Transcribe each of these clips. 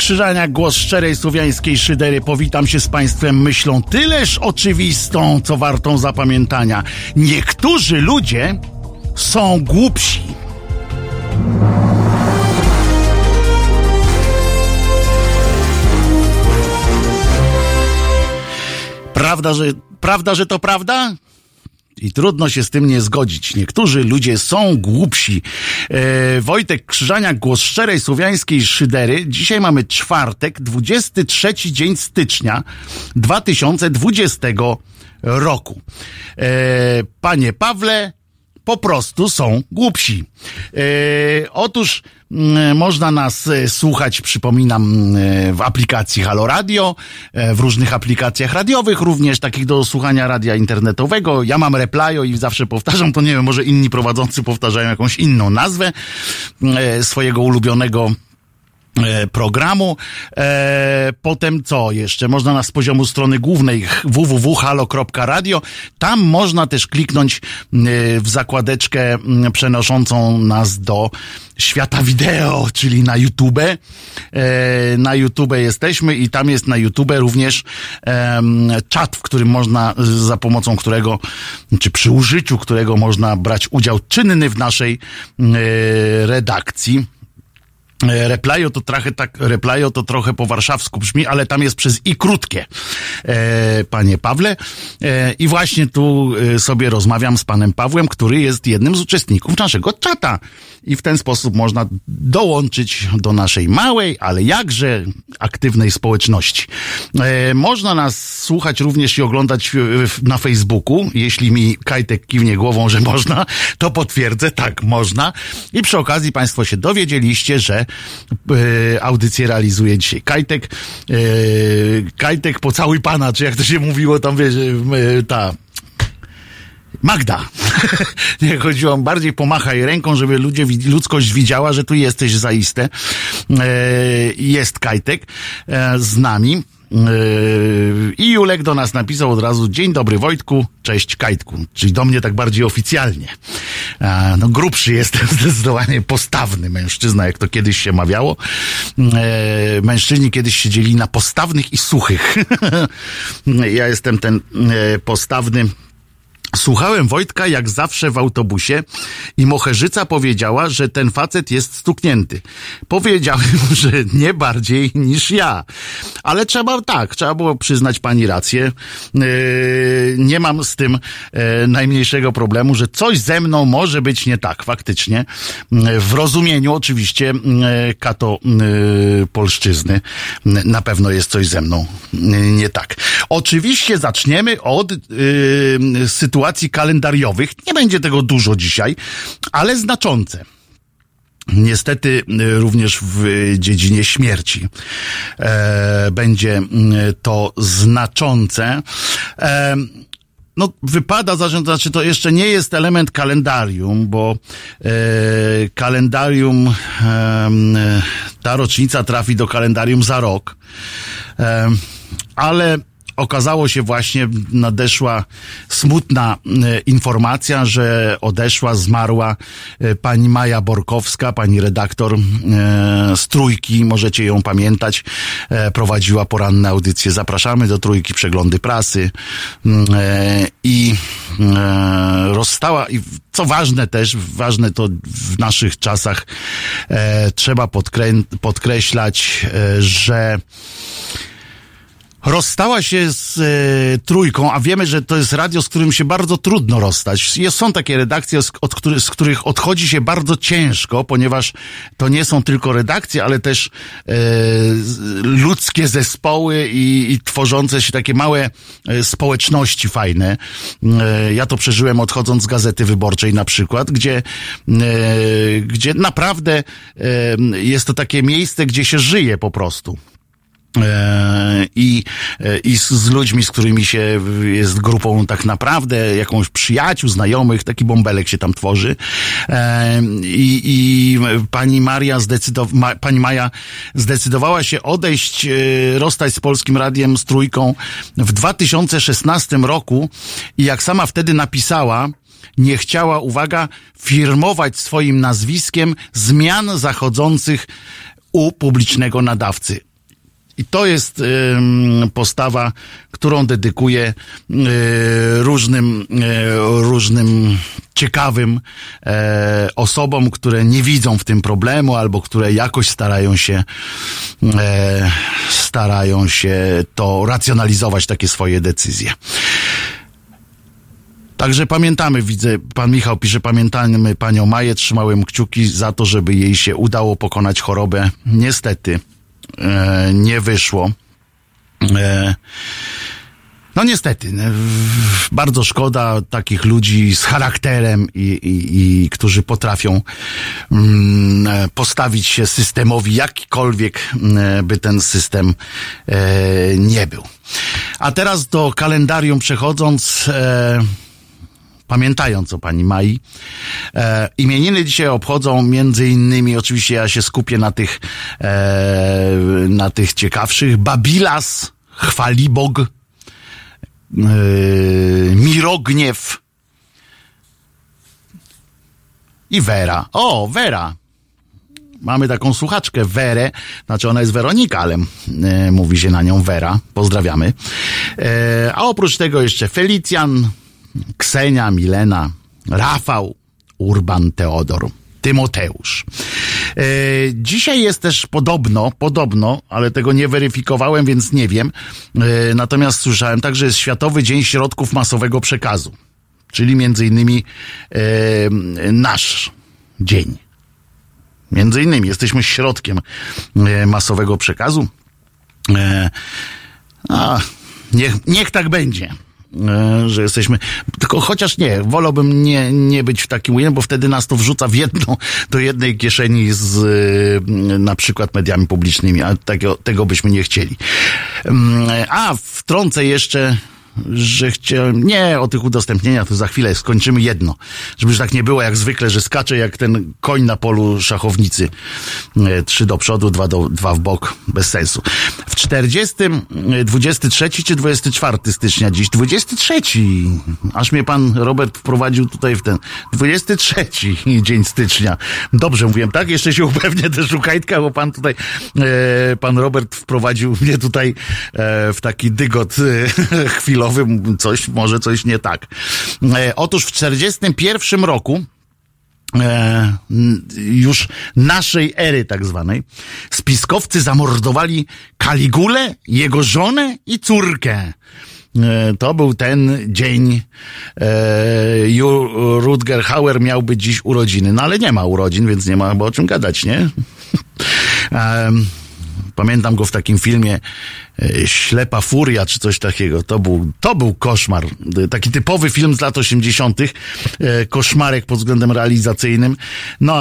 Krzyżaniak, głos szczerej słowiańskiej szydery. Powitam się z państwem myślą tyleż oczywistą, co wartą zapamiętania. Niektórzy ludzie są głupsi. Prawda, że to prawda? I trudno się z tym nie zgodzić. Niektórzy ludzie są głupsi. Wojtek Krzyżaniak, głos szczerej słowiańskiej szydery. Dzisiaj mamy czwartek, 23 dzień stycznia 2020 roku. Panie Pawle, po prostu są głupsi. Otóż można nas słuchać, przypominam, w aplikacji Halo Radio, w różnych aplikacjach radiowych, również takich do słuchania radia internetowego. Ja mam Replayo i zawsze powtarzam, to nie wiem, może inni prowadzący powtarzają jakąś inną nazwę swojego ulubionego programu. Potem co jeszcze? Można nas z poziomu strony głównej www.halo.radio. Tam można też kliknąć w zakładeczkę przenoszącą nas do świata wideo, czyli na YouTube. Na YouTube jesteśmy i tam jest na YouTube również czat, w którym można, za pomocą którego, czy przy użyciu którego można brać udział czynny w naszej redakcji. Replayo to trochę po warszawsku brzmi, ale tam jest przez i krótkie, panie Pawle. I właśnie tu sobie rozmawiam z panem Pawłem, który jest jednym z uczestników naszego czata. I w ten sposób można dołączyć do naszej małej, ale jakże aktywnej społeczności. Można nas słuchać również i oglądać na Facebooku. Jeśli mi Kajtek kiwnie głową, że można, to potwierdzę, tak, można. I przy okazji państwo się dowiedzieliście, że audycję realizuje dzisiaj Kajtek. Kajtek, pocałuj pana, czy jak to się mówiło tam, wiesz, ta Magda. Nie chodziło, bardziej pomachaj ręką, żeby ludzkość widziała, że tu jesteś zaiste. Jest Kajtek z nami. I Julek do nas napisał od razu: dzień dobry Wojtku, cześć Kajtku. Czyli do mnie tak bardziej oficjalnie. No grubszy jestem, zdecydowanie postawny mężczyzna, jak to kiedyś się mawiało. Mężczyźni kiedyś się dzielili na postawnych i suchych. Ja jestem ten postawny. Słuchałem Wojtka jak zawsze w autobusie i mocherzyca powiedziała, że ten facet jest stuknięty. Powiedziałem, że nie bardziej niż ja. Ale trzeba było przyznać pani rację. Nie mam z tym najmniejszego problemu, że coś ze mną może być nie tak, faktycznie. W rozumieniu oczywiście katopolszczyzny na pewno jest coś ze mną nie tak. Oczywiście zaczniemy od sytuacji kalendariowych. Nie będzie tego dużo dzisiaj, ale znaczące. Niestety również w dziedzinie śmierci będzie to znaczące. No, wypada znaczy to jeszcze nie jest element kalendarium, bo kalendarium, ta rocznica trafi do kalendarium za rok, ale okazało się właśnie, nadeszła smutna informacja, że zmarła pani Maja Borkowska, pani redaktor z Trójki, możecie ją pamiętać, prowadziła poranne audycje Zapraszamy do Trójki, przeglądy prasy i rozstała. I co ważne też, ważne to w naszych czasach trzeba podkreślać, że rozstała się z Trójką, a wiemy, że to jest radio, z którym się bardzo trudno rozstać. Są takie redakcje, z których odchodzi się bardzo ciężko, ponieważ to nie są tylko redakcje, ale też ludzkie zespoły i tworzące się takie małe społeczności fajne. Ja to przeżyłem odchodząc z Gazety Wyborczej na przykład, gdzie naprawdę jest to takie miejsce, gdzie się żyje po prostu. I z ludźmi, z którymi się jest grupą tak naprawdę, jakąś przyjaciół, znajomych, taki bąbelek się tam tworzy. I pani Maja zdecydowała się odejść, rozstać z Polskim Radiem, z Trójką w 2016 roku i jak sama wtedy napisała, nie chciała, uwaga, firmować swoim nazwiskiem zmian zachodzących u publicznego nadawcy. I to jest postawa, którą dedykuję różnym ciekawym osobom, które nie widzą w tym problemu, albo które jakoś starają się to racjonalizować, takie swoje decyzje. Także pamiętamy, widzę, pan Michał pisze, pamiętamy panią Maję, trzymałem kciuki za to, żeby jej się udało pokonać chorobę. Niestety nie wyszło. No niestety, bardzo szkoda takich ludzi z charakterem i którzy potrafią postawić się systemowi, jakikolwiek by ten system nie był. A teraz do kalendarium przechodząc, pamiętając o pani Mai, imieniny dzisiaj obchodzą między innymi, oczywiście ja się skupię na tych ciekawszych, Babilas, Chwalibog, Mirogniew i Wera. O, Wera. Mamy taką słuchaczkę, Werę, znaczy ona jest Weronika, ale mówi się na nią Wera. Pozdrawiamy. A oprócz tego jeszcze Felicjan, Ksenia, Milena, Rafał, Urban, Teodor, Tymoteusz. Dzisiaj jest też podobno, ale tego nie weryfikowałem, więc nie wiem. Natomiast słyszałem także jest Światowy Dzień Środków Masowego Przekazu, czyli między innymi nasz dzień. Między innymi jesteśmy środkiem masowego przekazu. Niech tak będzie. Że jesteśmy, tylko chociaż nie, wolałbym nie być w takim ujęciu, bo wtedy nas to wrzuca do jednej kieszeni z na przykład mediami publicznymi, a tego byśmy nie chcieli. A wtrącę jeszcze, że chciałem, nie, o tych udostępnieniach to za chwilę skończymy jedno, żeby już tak nie było jak zwykle, że skacze jak ten koń na polu szachownicy, 3 do przodu, 2 w bok, bez sensu. W 23 czy 24 stycznia dziś? 23, aż mnie pan Robert wprowadził tutaj w ten 23 dzień stycznia. Dobrze mówiłem, tak? Jeszcze się upewnię też u Kajtka, bo pan tutaj pan Robert wprowadził mnie tutaj w taki dygot chwilowy, może coś nie tak. Otóż w 41 roku już naszej ery tak zwanej, spiskowcy zamordowali Kaligulę, jego żonę i córkę. To był ten dzień. Rutger Hauer miałby dziś urodziny, no ale nie ma urodzin, więc nie ma chyba o czym gadać, nie? Pamiętam go w takim filmie Ślepa Furia, czy coś takiego. To był koszmar. Taki typowy film z lat 80. Koszmarek pod względem realizacyjnym. No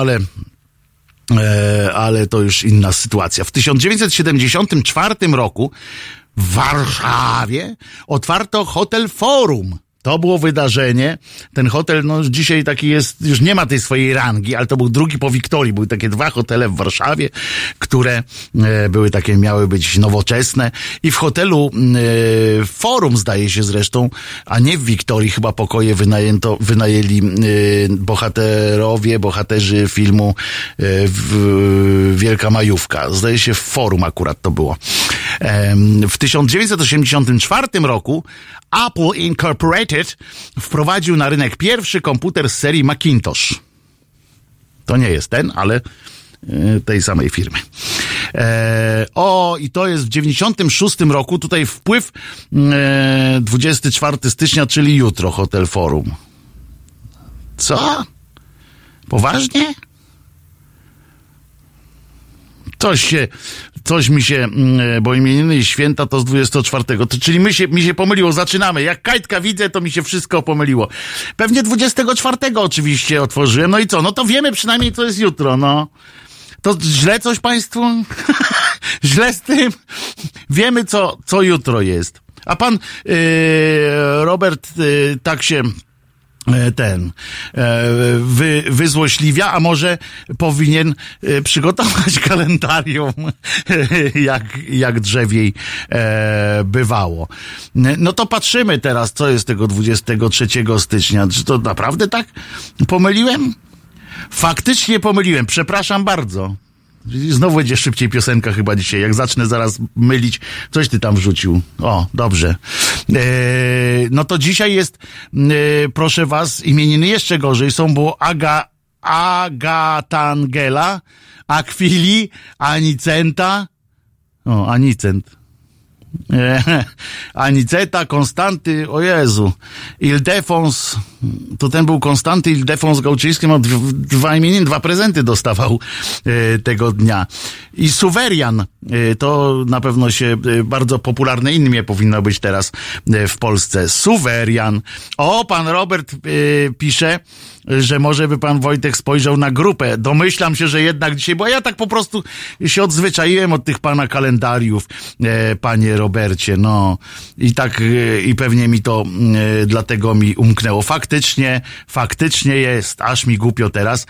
ale to już inna sytuacja. W 1974 roku w Warszawie otwarto hotel Forum. To było wydarzenie. Ten hotel, no dzisiaj taki jest, już nie ma tej swojej rangi, ale to był drugi po Wiktorii. Były takie 2 hotele w Warszawie, które były takie, miały być nowoczesne. I w hotelu Forum, zdaje się zresztą, a nie w Wiktorii, chyba pokoje wynajęli bohaterzy filmu Wielka Majówka. Zdaje się w Forum akurat to było. W 1984 roku Apple Incorporated wprowadził na rynek pierwszy komputer z serii Macintosh. To nie jest ten, ale tej samej firmy. I to jest w 96 roku, tutaj wpływ 24 stycznia, czyli jutro, Hotel Forum. Co? Poważnie? Coś mi się, bo imieniny i święta to z 24. Czyli mi się pomyliło, zaczynamy. Jak Kajtka widzę, to mi się wszystko pomyliło. Pewnie 24 oczywiście otworzyłem. No i co? No to wiemy przynajmniej, co jest jutro, no. To źle coś państwu? Źle z tym? Wiemy, co jutro jest. A pan Robert tak się wyzłośliwia, a może powinien przygotować kalendarium, jak drzewiej bywało. No to patrzymy teraz, co jest tego 23 stycznia. Czy to naprawdę tak pomyliłem? Faktycznie pomyliłem, przepraszam bardzo. Znowu będzie szybciej piosenka chyba dzisiaj. Jak zacznę zaraz mylić, coś ty tam wrzucił. O, dobrze. No to dzisiaj jest, proszę was, imieniny jeszcze gorzej są, bo Agatangela, Akwili, Anicenta, Anicent. Aniceta, Konstanty, o Jezu, Ildefons, to ten był Konstanty Ildefons Gałczyński, dwa imieniny, 2 prezenty dostawał tego dnia. I Suwerian, to na pewno się bardzo popularne imię powinno być teraz w Polsce. Suwerian. O, pan Robert pisze, że może by pan Wojtek spojrzał na grupę. Domyślam się, że jednak dzisiaj, bo ja tak po prostu się odzwyczaiłem od tych pana kalendariów, panie Robercie, no. I tak, i pewnie mi to dlatego mi umknęło. Faktycznie jest, aż mi głupio teraz.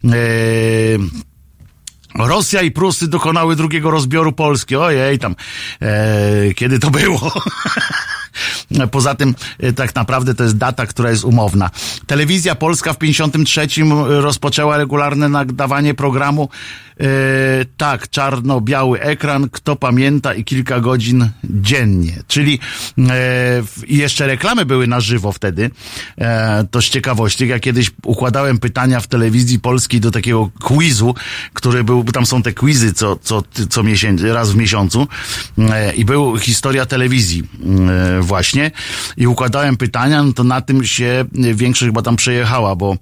Rosja i Prusy dokonały drugiego rozbioru Polski. Ojej, tam, kiedy to było? Poza tym, tak naprawdę to jest data, która jest umowna. Telewizja Polska w 53 rozpoczęła regularne nadawanie programu tak, czarno-biały ekran, kto pamięta, i kilka godzin dziennie. Czyli i jeszcze reklamy były na żywo wtedy. To z ciekawości, ja kiedyś układałem pytania w telewizji polskiej do takiego quizu, który był, bo tam są te quizy co miesiąc, raz w miesiącu, i był historia telewizji właśnie, i układałem pytania, no to na tym się większość chyba tam przejechała, bo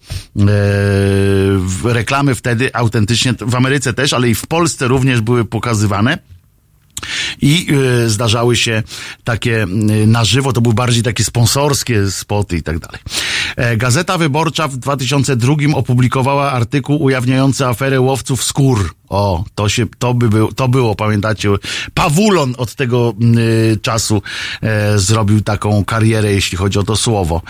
reklamy wtedy autentycznie w Ameryce też, ale i w Polsce również były pokazywane. I zdarzały się takie na żywo, to były bardziej takie sponsorskie spoty i tak dalej. Gazeta Wyborcza w 2002 opublikowała artykuł ujawniający aferę łowców skór. O, to było, pamiętacie, Pawulon od tego czasu zrobił taką karierę, jeśli chodzi o to słowo.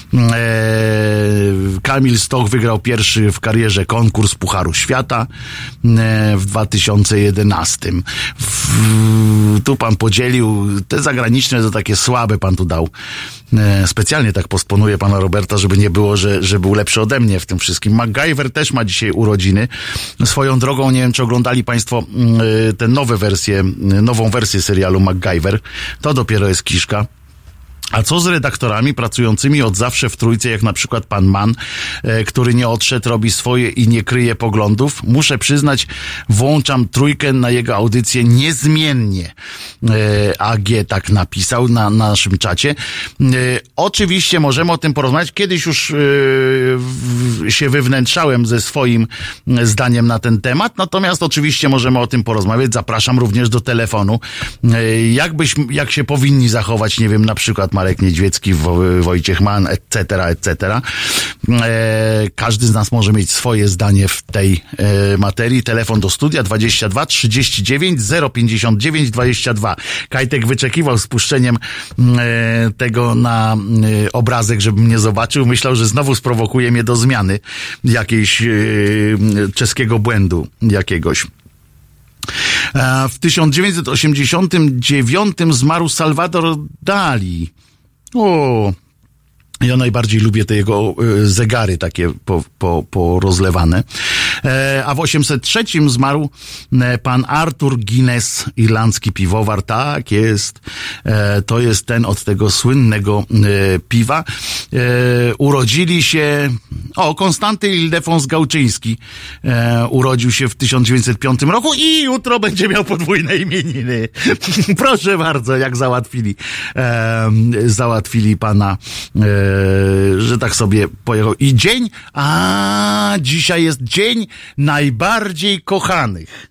Kamil Stoch wygrał pierwszy w karierze konkurs Pucharu Świata w 2011. Tu pan podzielił, te zagraniczne to takie słabe pan tu dał. Specjalnie tak posponuje pana Roberta, żeby nie było, że był lepszy ode mnie w tym wszystkim. MacGyver też ma dzisiaj urodziny. Swoją drogą, nie wiem, czy oglądali państwo tę nową wersję serialu MacGyver. To dopiero jest kiszka. A co z redaktorami pracującymi od zawsze w trójce, jak na przykład pan Mann, który nie odszedł, robi swoje i nie kryje poglądów? Muszę przyznać, włączam trójkę na jego audycję niezmiennie. AG tak napisał na naszym czacie. Oczywiście możemy o tym porozmawiać. Kiedyś już się wywnętrzałem ze swoim zdaniem na ten temat, natomiast oczywiście możemy o tym porozmawiać. Zapraszam również do telefonu. Jak się powinni zachować, nie wiem, na przykład Marek Niedźwiecki, Wojciech Mann, etc. Każdy z nas może mieć swoje zdanie w tej materii. Telefon do studia 22 39 059 22. Kajtek wyczekiwał z puszczeniem tego na obrazek, żeby mnie zobaczył. Myślał, że znowu sprowokuje mnie do zmiany jakiejś czeskiego błędu jakiegoś. W 1989 zmarł Salvador Dali. Ja najbardziej lubię te jego zegary takie porozlewane. A w 803 zmarł pan Arthur Guinness, irlandzki piwowar. Tak jest. To jest ten od tego słynnego piwa. Urodzili się... Konstanty Ildefons Gałczyński urodził się w 1905 roku i jutro będzie miał podwójne imieniny. Proszę bardzo, jak załatwili pana... że tak sobie pojechał. I dzień, dzisiaj jest dzień najbardziej kochanych.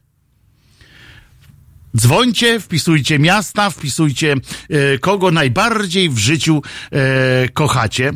Dzwońcie, wpisujcie miasta, wpisujcie kogo najbardziej w życiu kochacie.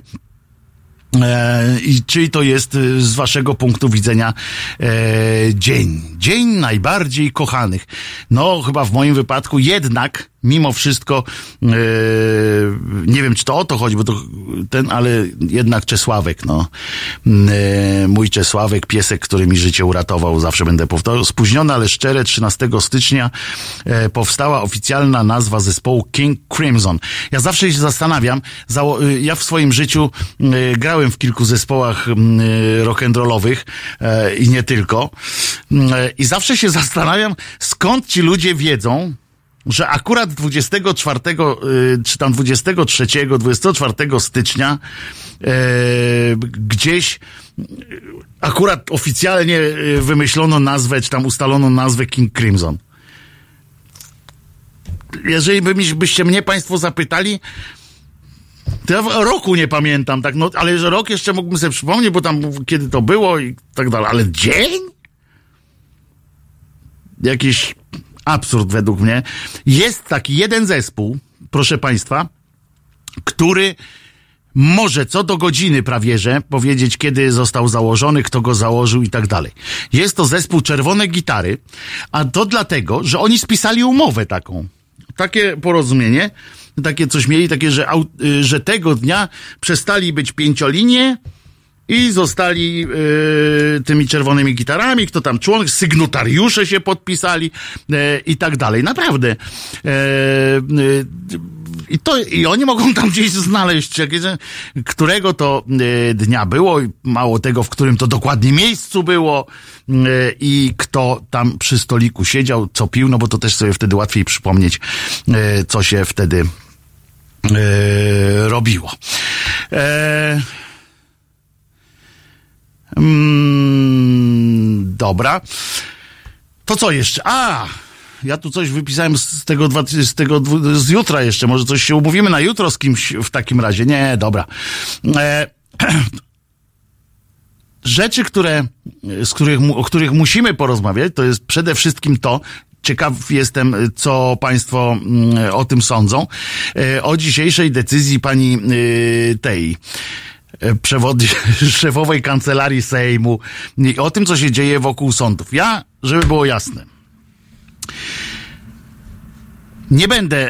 I czyli to jest z waszego punktu widzenia dzień najbardziej kochanych. No chyba w moim wypadku jednak mimo wszystko, nie wiem, czy to o to chodzi, bo to ale jednak Czesławek, no. Mój Czesławek, piesek, który mi życie uratował, zawsze będę powtarzał. Spóźnione, ale szczere, 13 stycznia powstała oficjalna nazwa zespołu King Crimson. Ja zawsze się zastanawiam, ja w swoim życiu grałem w kilku zespołach rock'n'rollowych i nie tylko. I zawsze się zastanawiam, skąd ci ludzie wiedzą, że akurat 24 czy tam 23, 24 stycznia gdzieś akurat oficjalnie wymyślono nazwę, czy tam ustalono nazwę King Crimson. Jeżeli byście mnie państwo zapytali, to ja roku nie pamiętam, tak, no, ale że rok jeszcze mógłbym sobie przypomnieć, bo tam kiedy to było i tak dalej, ale dzień? Jakiś absurd według mnie. Jest taki jeden zespół, proszę państwa, który może co do godziny prawie, że powiedzieć, kiedy został założony, kto go założył i tak dalej. Jest to zespół Czerwone Gitary, a to dlatego, że oni spisali umowę taką. Takie porozumienie, takie coś mieli, takie, że tego dnia przestali być pięciolinie i zostali tymi czerwonymi gitarami, kto tam członek, sygnatariusze się podpisali i tak dalej. Naprawdę. I oni mogą tam gdzieś znaleźć, którego to dnia było i mało tego, w którym to dokładnie miejscu było i kto tam przy stoliku siedział, co pił, no bo to też sobie wtedy łatwiej przypomnieć, co się wtedy robiło. Dobra. To co jeszcze? Ja tu coś wypisałem z jutra jeszcze. Może coś się umówimy na jutro z kimś w takim razie. Nie, dobra. Rzeczy, o których musimy porozmawiać, to jest przede wszystkim to, ciekaw jestem, co państwo o tym sądzą, o dzisiejszej decyzji pani tej szefowej Kancelarii Sejmu i o tym, co się dzieje wokół sądów. Ja, żeby było jasne, nie będę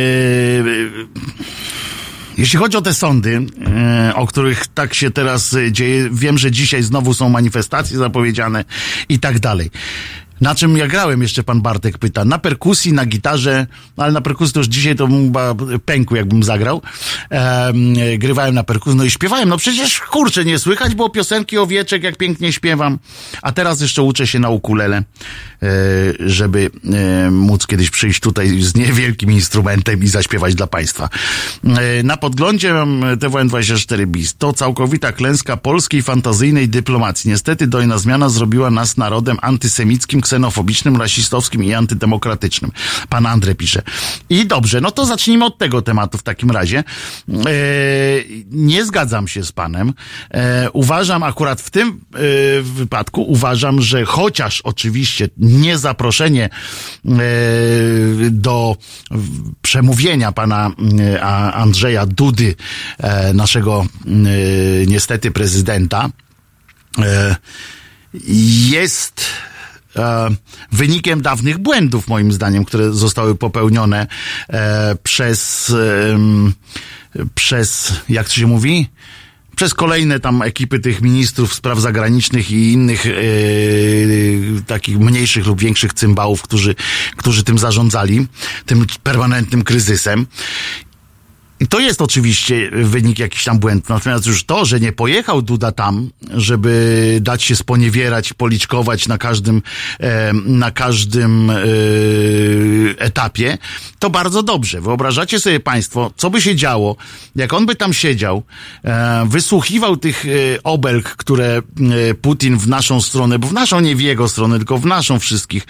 jeśli chodzi o te sądy, o których tak się teraz dzieje, wiem, że dzisiaj znowu są manifestacje zapowiedziane i tak dalej. Na czym ja grałem, jeszcze pan Bartek pyta. Na perkusji, na gitarze, ale na perkusji to już dzisiaj to chyba pękł, jakbym zagrał. Grywałem na perkusji, no i śpiewałem. No przecież, kurczę, nie słychać było piosenki owieczek, jak pięknie śpiewam. A teraz jeszcze uczę się na ukulele, żeby móc kiedyś przyjść tutaj z niewielkim instrumentem i zaśpiewać dla państwa. Na podglądzie mam TVN24 BIS. To całkowita klęska polskiej fantazyjnej dyplomacji. Niestety dojna zmiana zrobiła nas narodem antysemickim, ksenofobicznym, rasistowskim i antydemokratycznym. Pan Andrzej pisze. I dobrze, no to zacznijmy od tego tematu w takim razie. Nie zgadzam się z panem. Uważam akurat w tym wypadku, uważam, że chociaż oczywiście nie zaproszenie do przemówienia pana Andrzeja Dudy, naszego niestety prezydenta, jest wynikiem dawnych błędów, moim zdaniem, które zostały popełnione przez jak to się mówi? Przez kolejne tam ekipy tych ministrów spraw zagranicznych i innych takich mniejszych lub większych cymbałów, którzy tym zarządzali, tym permanentnym kryzysem. I to jest oczywiście wynik jakiś tam błędu. Natomiast już to, że nie pojechał Duda tam, żeby dać się sponiewierać, policzkować na każdym etapie, to bardzo dobrze. Wyobrażacie sobie państwo, co by się działo, jak on by tam siedział, wysłuchiwał tych obelg, które Putin w naszą stronę, bo w naszą, nie w jego stronę, tylko w naszą wszystkich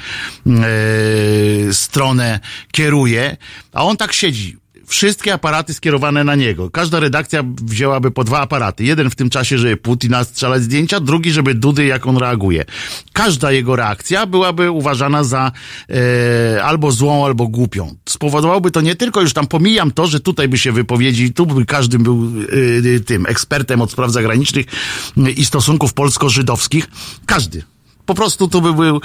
stronę kieruje, a on tak siedzi. Wszystkie aparaty skierowane na niego. Każda redakcja wzięłaby po 2 aparaty. Jeden w tym czasie, żeby Putina strzelać zdjęcia, drugi, żeby Dudy, jak on reaguje. Każda jego reakcja byłaby uważana za albo złą, albo głupią. Spowodowałoby to nie tylko, już tam pomijam to, że tutaj by się wypowiedzi, tu by każdy był tym ekspertem od spraw zagranicznych i stosunków polsko-żydowskich. Każdy. Po prostu to by był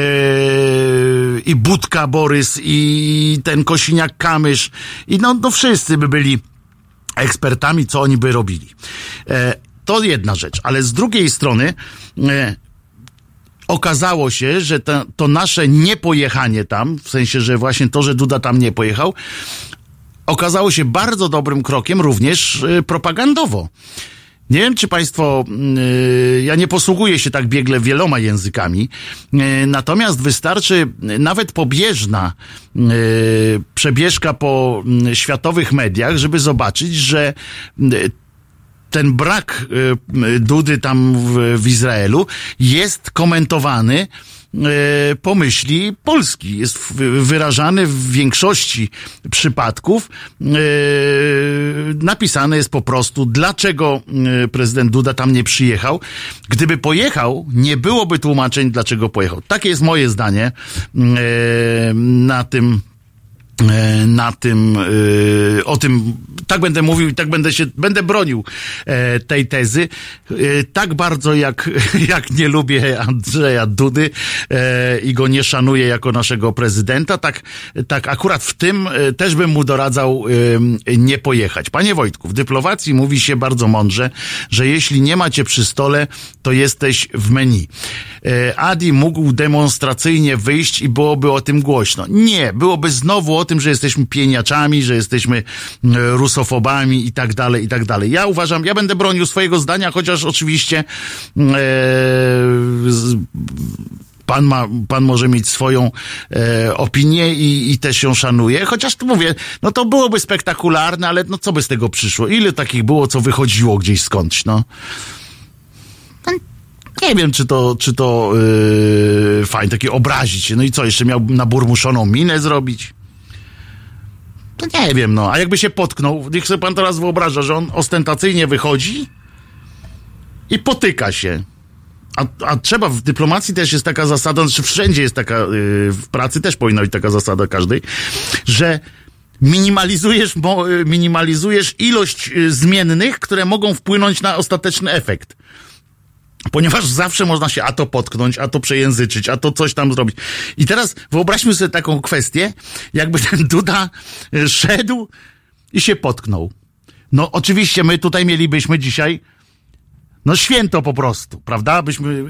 i Budka Borys, i ten Kosiniak-Kamysz, i no wszyscy by byli ekspertami, co oni by robili. To jedna rzecz, ale z drugiej strony okazało się, że to nasze niepojechanie tam, w sensie, że właśnie to, że Duda tam nie pojechał, okazało się bardzo dobrym krokiem również propagandowo. Nie wiem, czy państwo, ja nie posługuję się tak biegle wieloma językami, natomiast wystarczy nawet pobieżna przebieżka po światowych mediach, żeby zobaczyć, że ten brak Dudy tam w Izraelu jest komentowany po myśli Polski. Jest wyrażany w większości przypadków. Napisane jest po prostu, dlaczego prezydent Duda tam nie przyjechał. Gdyby pojechał, nie byłoby tłumaczeń, dlaczego pojechał. Takie jest moje zdanie o tym, tak będę mówił i tak będę bronił tej tezy. Tak bardzo jak nie lubię Andrzeja Dudy i go nie szanuję jako naszego prezydenta, tak akurat w tym też bym mu doradzał nie pojechać. Panie Wojtku, w dyplomacji mówi się bardzo mądrze, że jeśli nie macie przy stole, to jesteś w menu. Adi mógł demonstracyjnie wyjść i byłoby o tym głośno. Nie, byłoby znowu o tym, że jesteśmy pieniaczami, że jesteśmy rusofobami i tak dalej, i tak dalej. Ja uważam, ja będę bronił swojego zdania, chociaż oczywiście pan może mieć swoją opinię i też ją szanuje, chociaż tu mówię, no to byłoby spektakularne, ale no co by z tego przyszło? Ile takich było, co wychodziło gdzieś skądś, no? Nie wiem, czy to fajnie, takie obrazić się. No i co, jeszcze miał naburmuszoną minę zrobić? To nie wiem, no. A jakby się potknął, niech sobie pan teraz wyobraża, że on ostentacyjnie wychodzi i potyka się. A trzeba, w dyplomacji też jest taka zasada, znaczy wszędzie jest taka, w pracy też powinna być taka zasada każdej, że minimalizujesz ilość zmiennych, które mogą wpłynąć na ostateczny efekt. Ponieważ zawsze można się a to potknąć, a to przejęzyczyć, a to coś tam zrobić. I teraz wyobraźmy sobie taką kwestię, jakby ten Duda szedł i się potknął. No oczywiście my tutaj mielibyśmy dzisiaj święto po prostu, prawda? Byśmy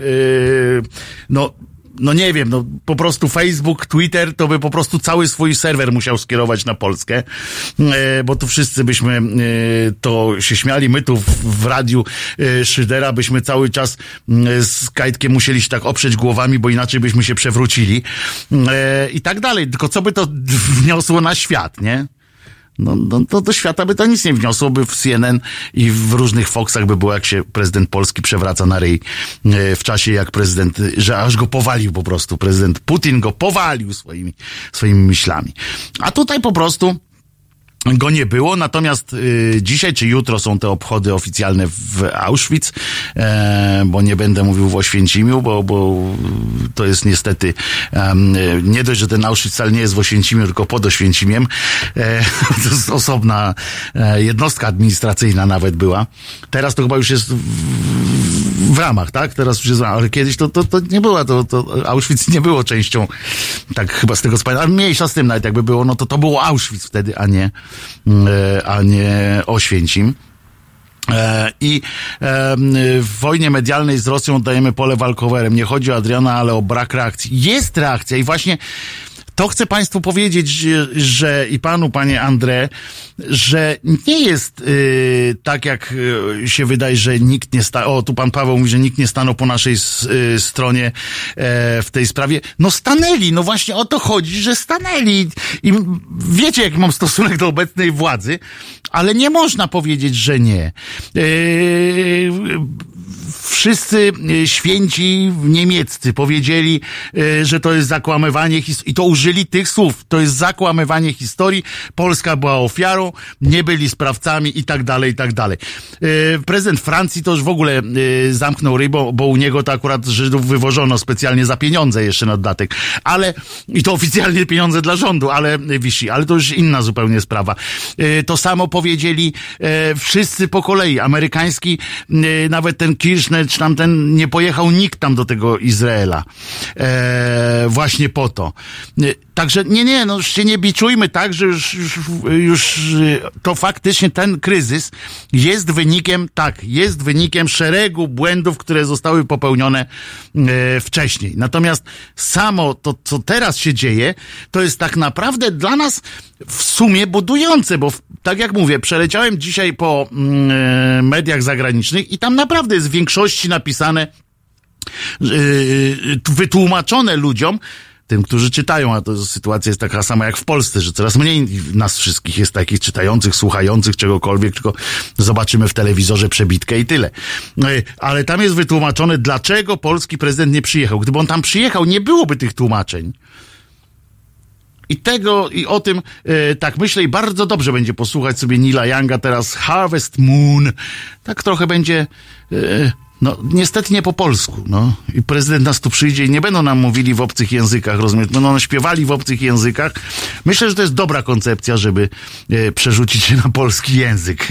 no nie wiem, no po prostu Facebook, Twitter, to by po prostu cały swój serwer musiał skierować na Polskę, bo tu wszyscy byśmy to się śmiali, my tu w radiu Szydera byśmy cały czas z Kajtkiem musieli się tak oprzeć głowami, bo inaczej byśmy się przewrócili i tak dalej, tylko co by to wniosło na świat, nie? No to do świata by to nic nie wniosło, by w CNN i w różnych Foxach by było, jak się prezydent Polski przewraca na ryj w czasie, jak prezydent, że aż go powalił po prostu, prezydent Putin go powalił swoimi myślami. A tutaj po prostu go nie było, natomiast dzisiaj czy jutro są te obchody oficjalne w Auschwitz, bo nie będę mówił w Oświęcimiu, bo to jest niestety nie dość, że ten Auschwitz wcale nie jest w Oświęcimiu, tylko pod Oświęcimiem. To jest osobna jednostka administracyjna nawet była. Teraz to chyba już jest w ramach, tak? Teraz już jest, ale kiedyś to nie była, to Auschwitz nie było częścią, tak chyba z tego co pamiętam, ale mniejsza z tym nawet jakby było, no to było Auschwitz wtedy, a nie Oświęcim. I w wojnie medialnej z Rosją dajemy pole walkowerem. Nie chodzi o Adriana, ale o brak reakcji. Jest reakcja i właśnie to chcę państwu powiedzieć, że i panu, panie André, że nie jest tak, jak się wydaje, że nikt nie stanął. O, tu pan Paweł mówi, że nikt nie stanął po naszej stronie w tej sprawie. No stanęli, no właśnie o to chodzi, że stanęli. I wiecie, jaki mam stosunek do obecnej władzy, ale nie można powiedzieć, że nie. Wszyscy święci niemieccy powiedzieli, że to jest zakłamywanie historii. I to użyli tych słów. To jest zakłamywanie historii. Polska była ofiarą, nie byli sprawcami i tak dalej, i tak dalej. Prezydent Francji to już w ogóle zamknął ryj, bo u niego to akurat Żydów wywożono specjalnie za pieniądze jeszcze na dodatek. Ale, i to oficjalnie pieniądze dla rządu, ale wisi. Ale to już inna zupełnie sprawa. To samo powiedzieli wszyscy po kolei. Amerykański, nawet ten Kirchner, czy tamten, nie pojechał nikt tam do tego Izraela. Właśnie po to. Także nie, no się nie biczujmy tak, że już to faktycznie ten kryzys jest wynikiem szeregu błędów, które zostały popełnione wcześniej. Natomiast samo to, co teraz się dzieje, to jest tak naprawdę dla nas w sumie budujące, bo tak jak mówię, przeleciałem dzisiaj po mediach zagranicznych i tam naprawdę jest w większości napisane, wytłumaczone ludziom, tym, którzy czytają, a to sytuacja jest taka sama jak w Polsce, że coraz mniej nas wszystkich jest takich czytających, słuchających czegokolwiek, tylko zobaczymy w telewizorze przebitkę i tyle. Ale tam jest wytłumaczone, dlaczego polski prezydent nie przyjechał. Gdyby on tam przyjechał, nie byłoby tych tłumaczeń. I o tym tak myślę i bardzo dobrze będzie posłuchać sobie Neila Younga teraz Harvest Moon. Tak trochę będzie... No, niestety nie po polsku, no. I prezydent nas tu przyjdzie i nie będą nam mówili w obcych językach, rozumiesz? Będą śpiewali w obcych językach. Myślę, że to jest dobra koncepcja, żeby przerzucić się na polski język.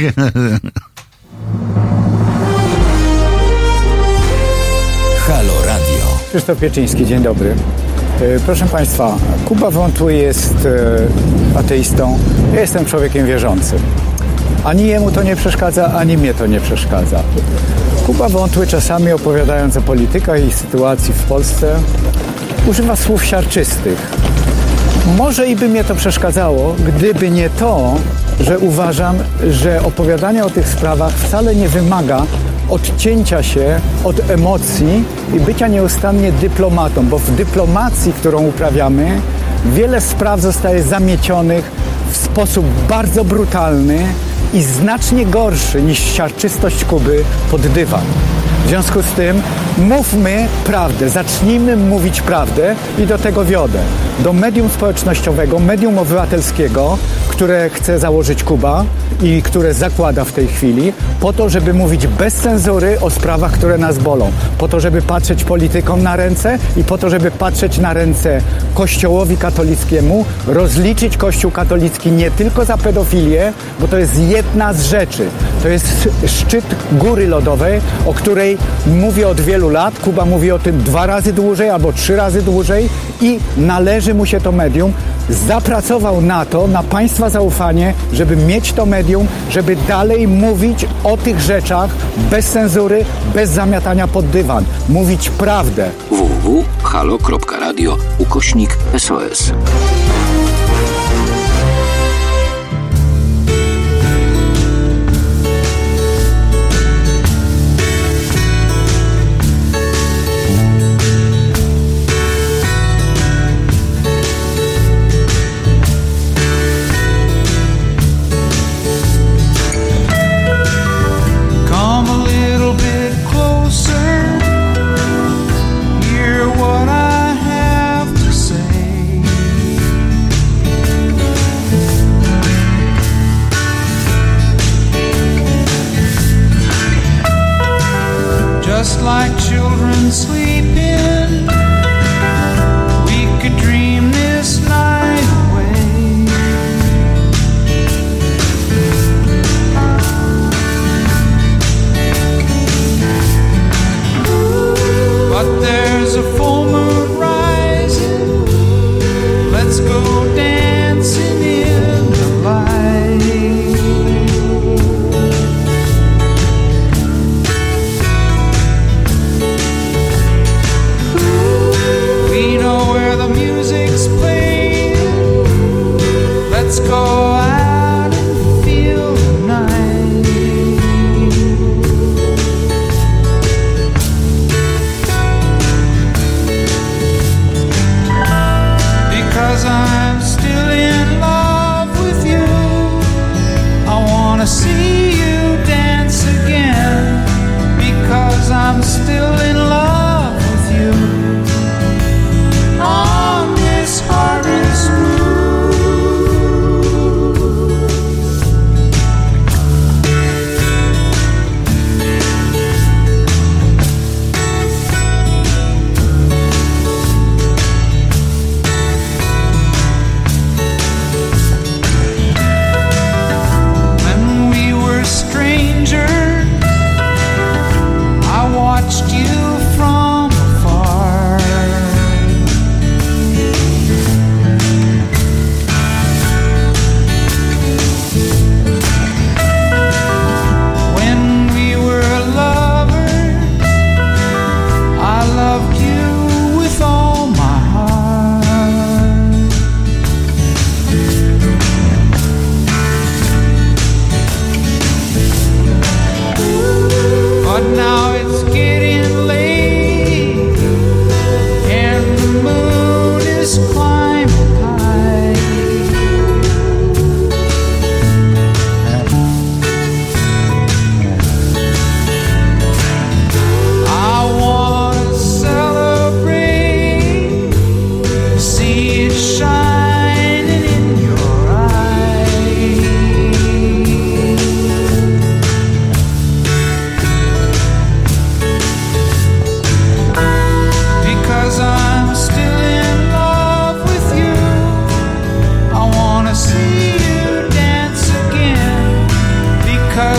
Halo Radio. Krzysztof Pieczyński, dzień dobry. Proszę Państwa, Kuba Wątły jest ateistą, ja jestem człowiekiem wierzącym. Ani jemu to nie przeszkadza, ani mnie to nie przeszkadza. Kuba Wątły czasami, opowiadając o politykach i sytuacji w Polsce, używa słów siarczystych. Może i by mnie to przeszkadzało, gdyby nie to, że uważam, że opowiadanie o tych sprawach wcale nie wymaga odcięcia się od emocji i bycia nieustannie dyplomatą, bo w dyplomacji, którą uprawiamy, wiele spraw zostaje zamiecionych w sposób bardzo brutalny i znacznie gorszy niż siarczystość Kuby pod dywan. W związku z tym mówmy prawdę, zacznijmy mówić prawdę i do tego wiodę. Do medium społecznościowego, medium obywatelskiego, które chce założyć Kuba i które zakłada w tej chwili, po to, żeby mówić bez cenzury o sprawach, które nas bolą. Po to, żeby patrzeć politykom na ręce i po to, żeby patrzeć na ręce Kościołowi katolickiemu, rozliczyć Kościół katolicki nie tylko za pedofilię, bo to jest jedna z rzeczy. To jest szczyt góry lodowej, o której mówię od wielu lat. Kuba mówi o tym 2 razy dłużej albo 3 razy dłużej i należy mu się to medium. Zapracował na to, na Państwa zaufanie, żeby mieć to medium, żeby dalej mówić o tych rzeczach bez cenzury, bez zamiatania pod dywan. Mówić prawdę. www.halo.radio/SOS. Just like children sleeping, we could dream this night away. But there's a full moon rising, let's go dancing in the light.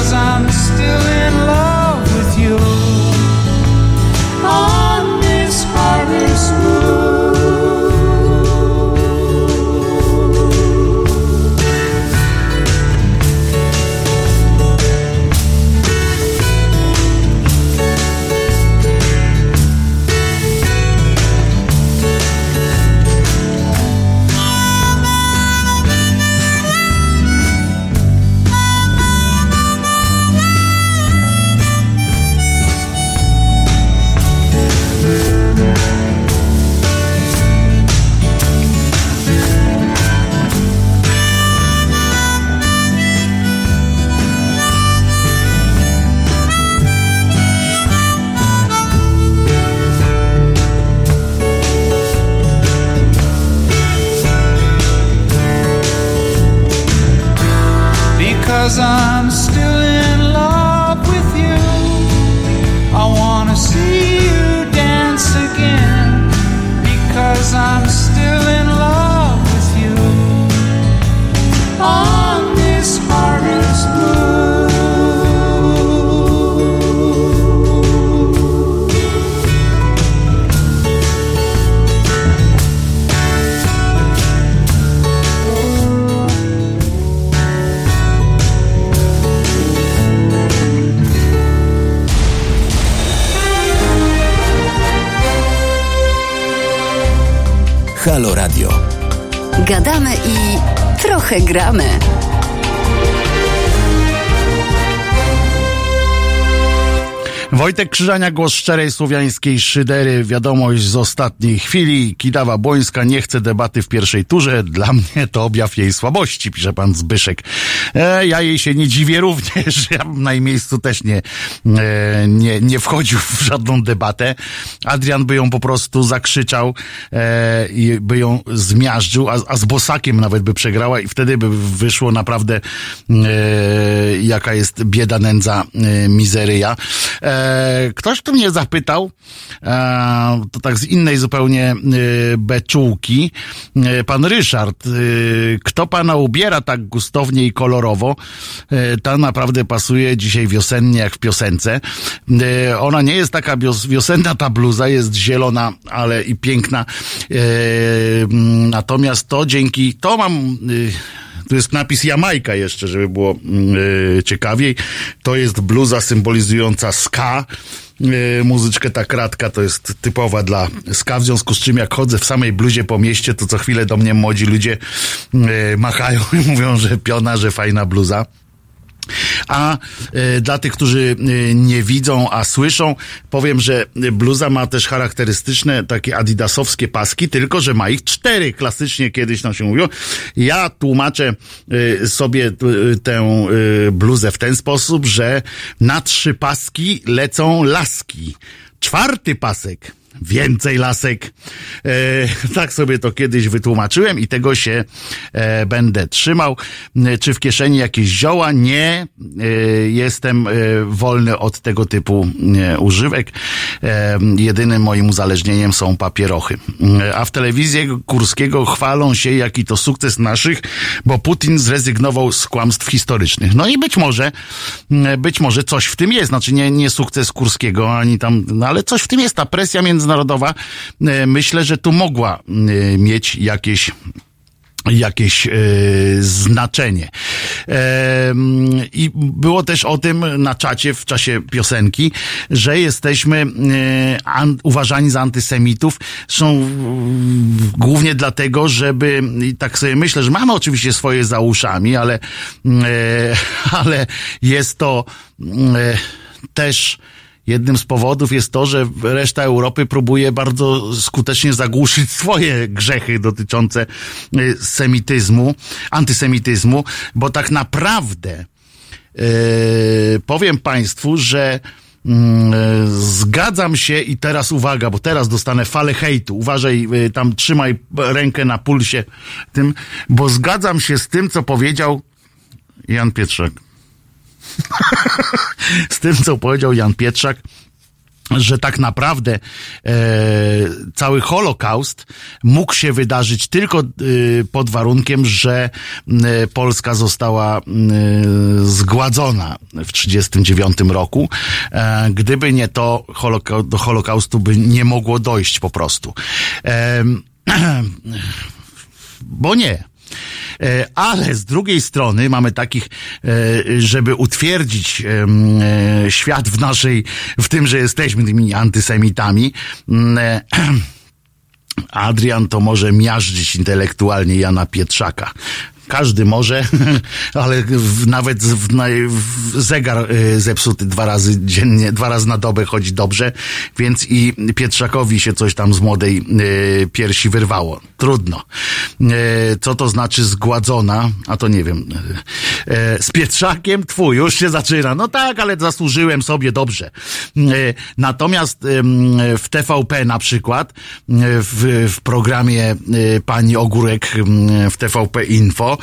because I'm still in love with you. On this harvest moon. Because I'm still in love with you, I wanna see you dance again. Because I'm still in love with you, on this harvest moon. Halo Radio. Gadamy i trochę gramy. Wojtek Krzyżania, głos szczerej słowiańskiej szydery, wiadomość z ostatniej chwili. Kidawa-Błońska nie chce debaty w pierwszej turze. Dla mnie to objaw jej słabości, pisze pan Zbyszek. Ja jej się nie dziwię również. Ja bym na jej miejscu też nie wchodził w żadną debatę. Adrian by ją po prostu zakrzyczał i by ją zmiażdżył, a z Bosakiem nawet by przegrała i wtedy by wyszło naprawdę jaka jest bieda, nędza, mizeryja. Ktoś tu mnie zapytał, to tak z innej zupełnie beczułki, pan Ryszard, kto pana ubiera tak gustownie i kolorowo? Ta naprawdę pasuje dzisiaj wiosennie jak w piosence. Ona nie jest taka wiosenna, ta bluza jest zielona, ale i piękna. Natomiast to mam... Tu jest napis Jamajka jeszcze, żeby było ciekawiej. To jest bluza symbolizująca ska. Muzyczkę ta kratka to jest typowa dla ska, w związku z czym jak chodzę w samej bluzie po mieście, to co chwilę do mnie młodzi ludzie machają i mówią, że piona, że fajna bluza. A dla tych, którzy nie widzą, a słyszą, powiem, że bluza ma też charakterystyczne takie adidasowskie paski, tylko że ma ich 4. Klasycznie kiedyś nam się mówiło. Ja tłumaczę sobie tę bluzę w ten sposób, że na 3 paski lecą laski. 4. pasek. Więcej lasek. Tak sobie to kiedyś wytłumaczyłem i tego się będę trzymał. Czy w kieszeni jakieś zioła? Nie. Jestem wolny od tego typu używek. Jedynym moim uzależnieniem są papierochy. A w telewizji Kurskiego chwalą się, jaki to sukces naszych, bo Putin zrezygnował z kłamstw historycznych. No i być może coś w tym jest. Znaczy nie sukces Kurskiego, ani tam, no ale coś w tym jest. Ta presja międzynarodowa, myślę, że tu mogła mieć jakieś znaczenie. I było też o tym na czacie w czasie piosenki, że jesteśmy uważani za antysemitów. Zresztą głównie dlatego, żeby, i tak sobie myślę, że mamy oczywiście swoje za uszami, ale jest to też jednym z powodów jest to, że reszta Europy próbuje bardzo skutecznie zagłuszyć swoje grzechy dotyczące antysemityzmu, bo tak naprawdę powiem państwu, że zgadzam się i teraz uwaga, bo teraz dostanę falę hejtu. Uważaj, tam trzymaj rękę na pulsie tym, bo zgadzam się z tym, co powiedział Jan Pietrzak. Z tym, co powiedział Jan Pietrzak, że tak naprawdę cały Holokaust mógł się wydarzyć tylko pod warunkiem, że Polska została zgładzona w 1939 roku. Gdyby nie to, do Holokaustu by nie mogło dojść po prostu. Bo nie. Ale z drugiej strony mamy takich, żeby utwierdzić świat w tym, że jesteśmy tymi antysemitami. Adrian to może miażdżyć intelektualnie Jana Pietrzaka. Każdy może, ale nawet zegar zepsuty 2 razy dziennie, 2 razy na dobę chodzi dobrze, więc i Pietrzakowi się coś tam z młodej piersi wyrwało. Trudno. Co to znaczy zgładzona? A to nie wiem. Z Pietrzakiem już się zaczyna. No tak, ale zasłużyłem sobie dobrze. Natomiast w TVP na przykład, w programie pani Ogórek w TVP Info,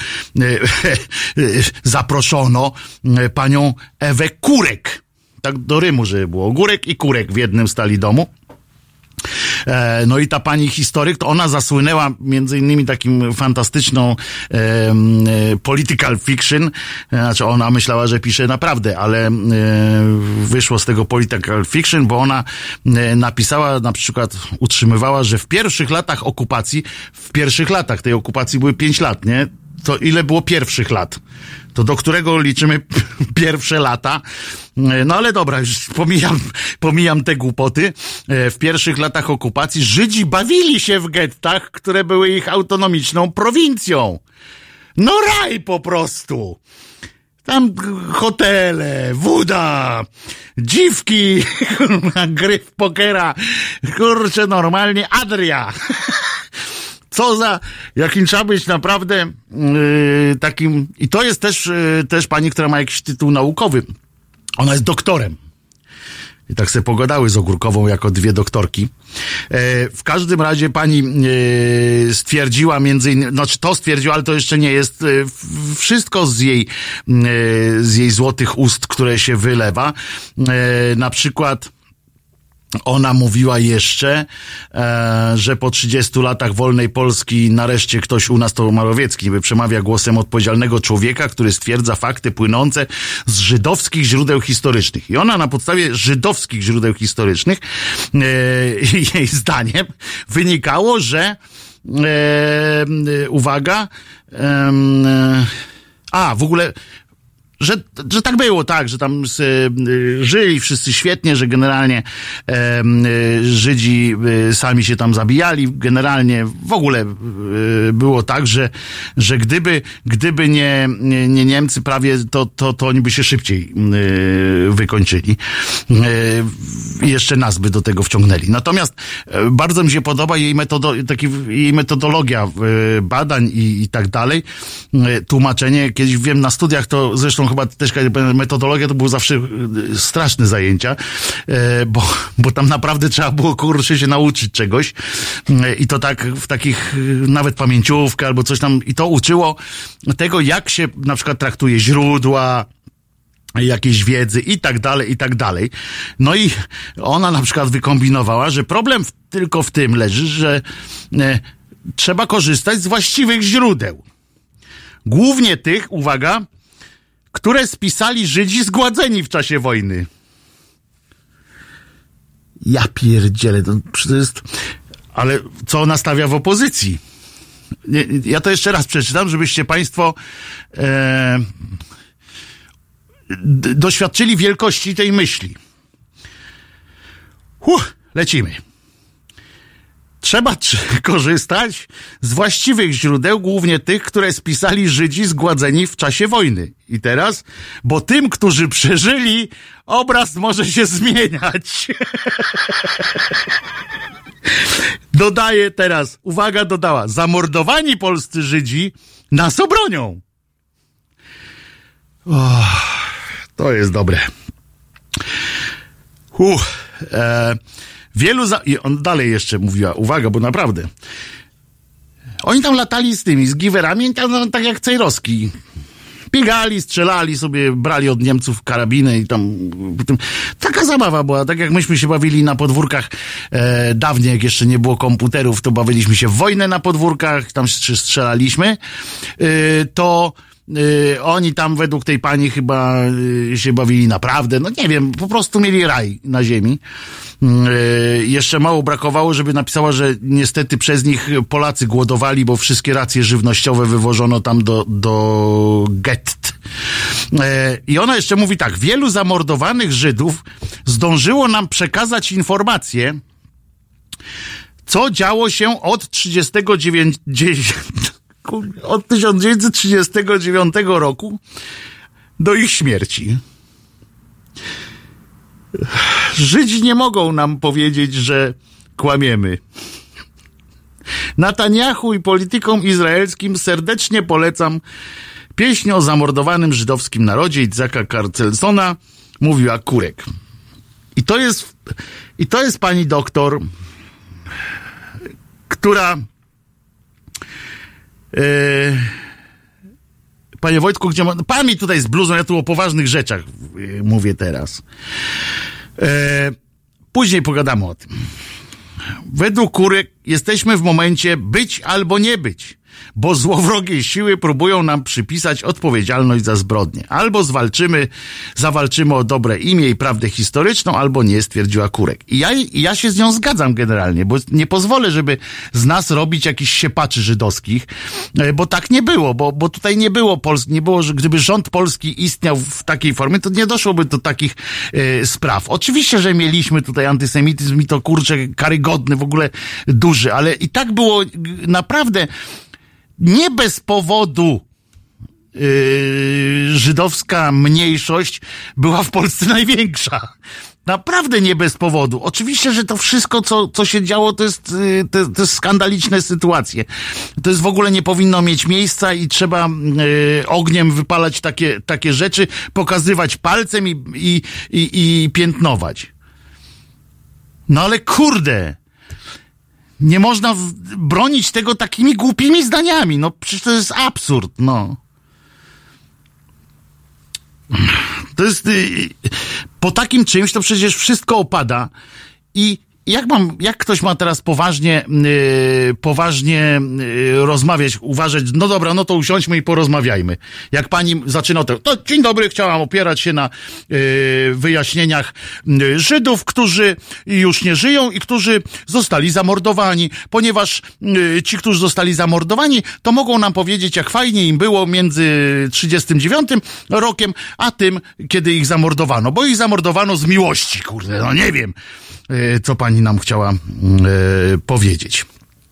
zaproszono panią Ewę Kurek. Tak do rymu, żeby było Ogórek i Kurek w jednym stali domu. No i ta pani historyk, to ona zasłynęła między innymi takim fantastyczną political fiction, znaczy ona myślała, że pisze naprawdę, ale wyszło z tego political fiction, bo ona napisała, na przykład utrzymywała, że w pierwszych latach okupacji, tej okupacji były 5 lat, nie? To ile było pierwszych lat? To do którego liczymy pierwsze lata? No ale dobra, już pomijam te głupoty. W pierwszych latach okupacji Żydzi bawili się w gettach, które były ich autonomiczną prowincją. No raj po prostu. Tam hotele, woda, dziwki, gry w pokera, kurczę, normalnie Adria. Co za, jakim trzeba być naprawdę takim, i to jest też pani, która ma jakiś tytuł naukowy. Ona jest doktorem. I tak sobie pogadały z Ogórkową jako 2 doktorki. W każdym razie pani stwierdziła między innymi, znaczy to stwierdziła, ale to jeszcze nie jest wszystko z jej złotych ust, które się wylewa. Na przykład ona mówiła jeszcze, że po 30 latach wolnej Polski nareszcie ktoś u nas, to Morawiecki, przemawia głosem odpowiedzialnego człowieka, który stwierdza fakty płynące z żydowskich źródeł historycznych. I ona na podstawie żydowskich źródeł historycznych, jej zdaniem, wynikało, że uwaga, w ogóle że tak było, tak, że tam żyli wszyscy świetnie, że generalnie Żydzi sami się tam zabijali, generalnie w ogóle było tak, że gdyby nie Niemcy prawie, to oni by się szybciej wykończyli. Jeszcze nas by do tego wciągnęli. Natomiast bardzo mi się podoba jej metodologia badań i tak dalej. Tłumaczenie, kiedyś wiem na studiach, to zresztą chyba też metodologia to były zawsze straszne zajęcia, bo tam naprawdę trzeba było, kurczę, się nauczyć czegoś i to tak w takich, nawet pamięciówkę albo coś tam, i to uczyło tego, jak się na przykład traktuje źródła, jakiejś wiedzy i tak dalej, i tak dalej. No i ona na przykład wykombinowała, że problem tylko w tym leży, że trzeba korzystać z właściwych źródeł. Głównie tych, uwaga, które spisali Żydzi zgładzeni w czasie wojny. Ja pierdzielę, to jest... Ale co ona stawia w opozycji? Ja to jeszcze raz przeczytam, żebyście państwo doświadczyli wielkości tej myśli. Lecimy. Trzeba korzystać z właściwych źródeł, głównie tych, które spisali Żydzi zgładzeni w czasie wojny. I teraz, bo tym, którzy przeżyli, obraz może się zmieniać. Dodaje teraz, uwaga, dodała, zamordowani polscy Żydzi nas obronią. To jest dobre. I on dalej jeszcze mówiła, uwaga, bo naprawdę. Oni tam latali z tymi, z giwerami, tam, tak jak Cejrowski. Biegali, strzelali sobie, brali od Niemców karabiny i tam... Taka zabawa była, tak jak myśmy się bawili na podwórkach dawniej, jak jeszcze nie było komputerów, to bawiliśmy się w wojnę na podwórkach, tam strzelaliśmy, to oni tam według tej pani chyba się bawili naprawdę, no nie wiem, po prostu mieli raj na ziemi. Jeszcze mało brakowało, żeby napisała, że niestety przez nich Polacy głodowali, bo wszystkie racje żywnościowe wywożono tam do gett. I ona jeszcze mówi tak: wielu zamordowanych Żydów zdążyło nam przekazać informacje, co działo się od 1939 roku do ich śmierci. Żydzi nie mogą nam powiedzieć, że kłamiemy. Netanjahu i politykom izraelskim serdecznie polecam pieśń o zamordowanym żydowskim narodzie Itzhaka Karcelsona, mówiła Kurek. I to jest pani doktor, która panie Wojtku, gdzie pan mi tutaj z bluzą, ja tu o poważnych rzeczach mówię teraz. Później pogadamy o tym. Według Kurek jesteśmy w momencie być albo nie być, bo złowrogie siły próbują nam przypisać odpowiedzialność za zbrodnie. Albo zawalczymy o dobre imię i prawdę historyczną, albo nie, stwierdziła Kurek. I ja się z nią zgadzam generalnie, bo nie pozwolę, żeby z nas robić jakichś siepaczy żydowskich, bo tak nie było, bo tutaj nie było że gdyby rząd polski istniał w takiej formie, to nie doszłoby do takich spraw. Oczywiście, że mieliśmy tutaj antysemityzm i to, kurczę, karygodny, w ogóle duży, ale i tak było naprawdę nie bez powodu żydowska mniejszość była w Polsce największa. Naprawdę nie bez powodu. Oczywiście, że to wszystko, co się działo, to jest skandaliczne sytuacje. To jest w ogóle nie powinno mieć miejsca i trzeba ogniem wypalać takie rzeczy, pokazywać palcem i piętnować. No ale kurde, nie można bronić tego takimi głupimi zdaniami. No przecież to jest absurd, no. To jest... Po takim czymś to przecież wszystko opada i jak ktoś ma teraz poważnie rozmawiać, uważać, no dobra, no to usiądźmy i porozmawiajmy. Jak pani zaczyna to dzień dobry, chciałam opierać się na wyjaśnieniach Żydów, którzy już nie żyją i którzy zostali zamordowani, ponieważ ci, którzy zostali zamordowani, to mogą nam powiedzieć, jak fajnie im było między 39 rokiem, a tym, kiedy ich zamordowano, bo ich zamordowano z miłości, kurde, no nie wiem, co pani nam chciała powiedzieć.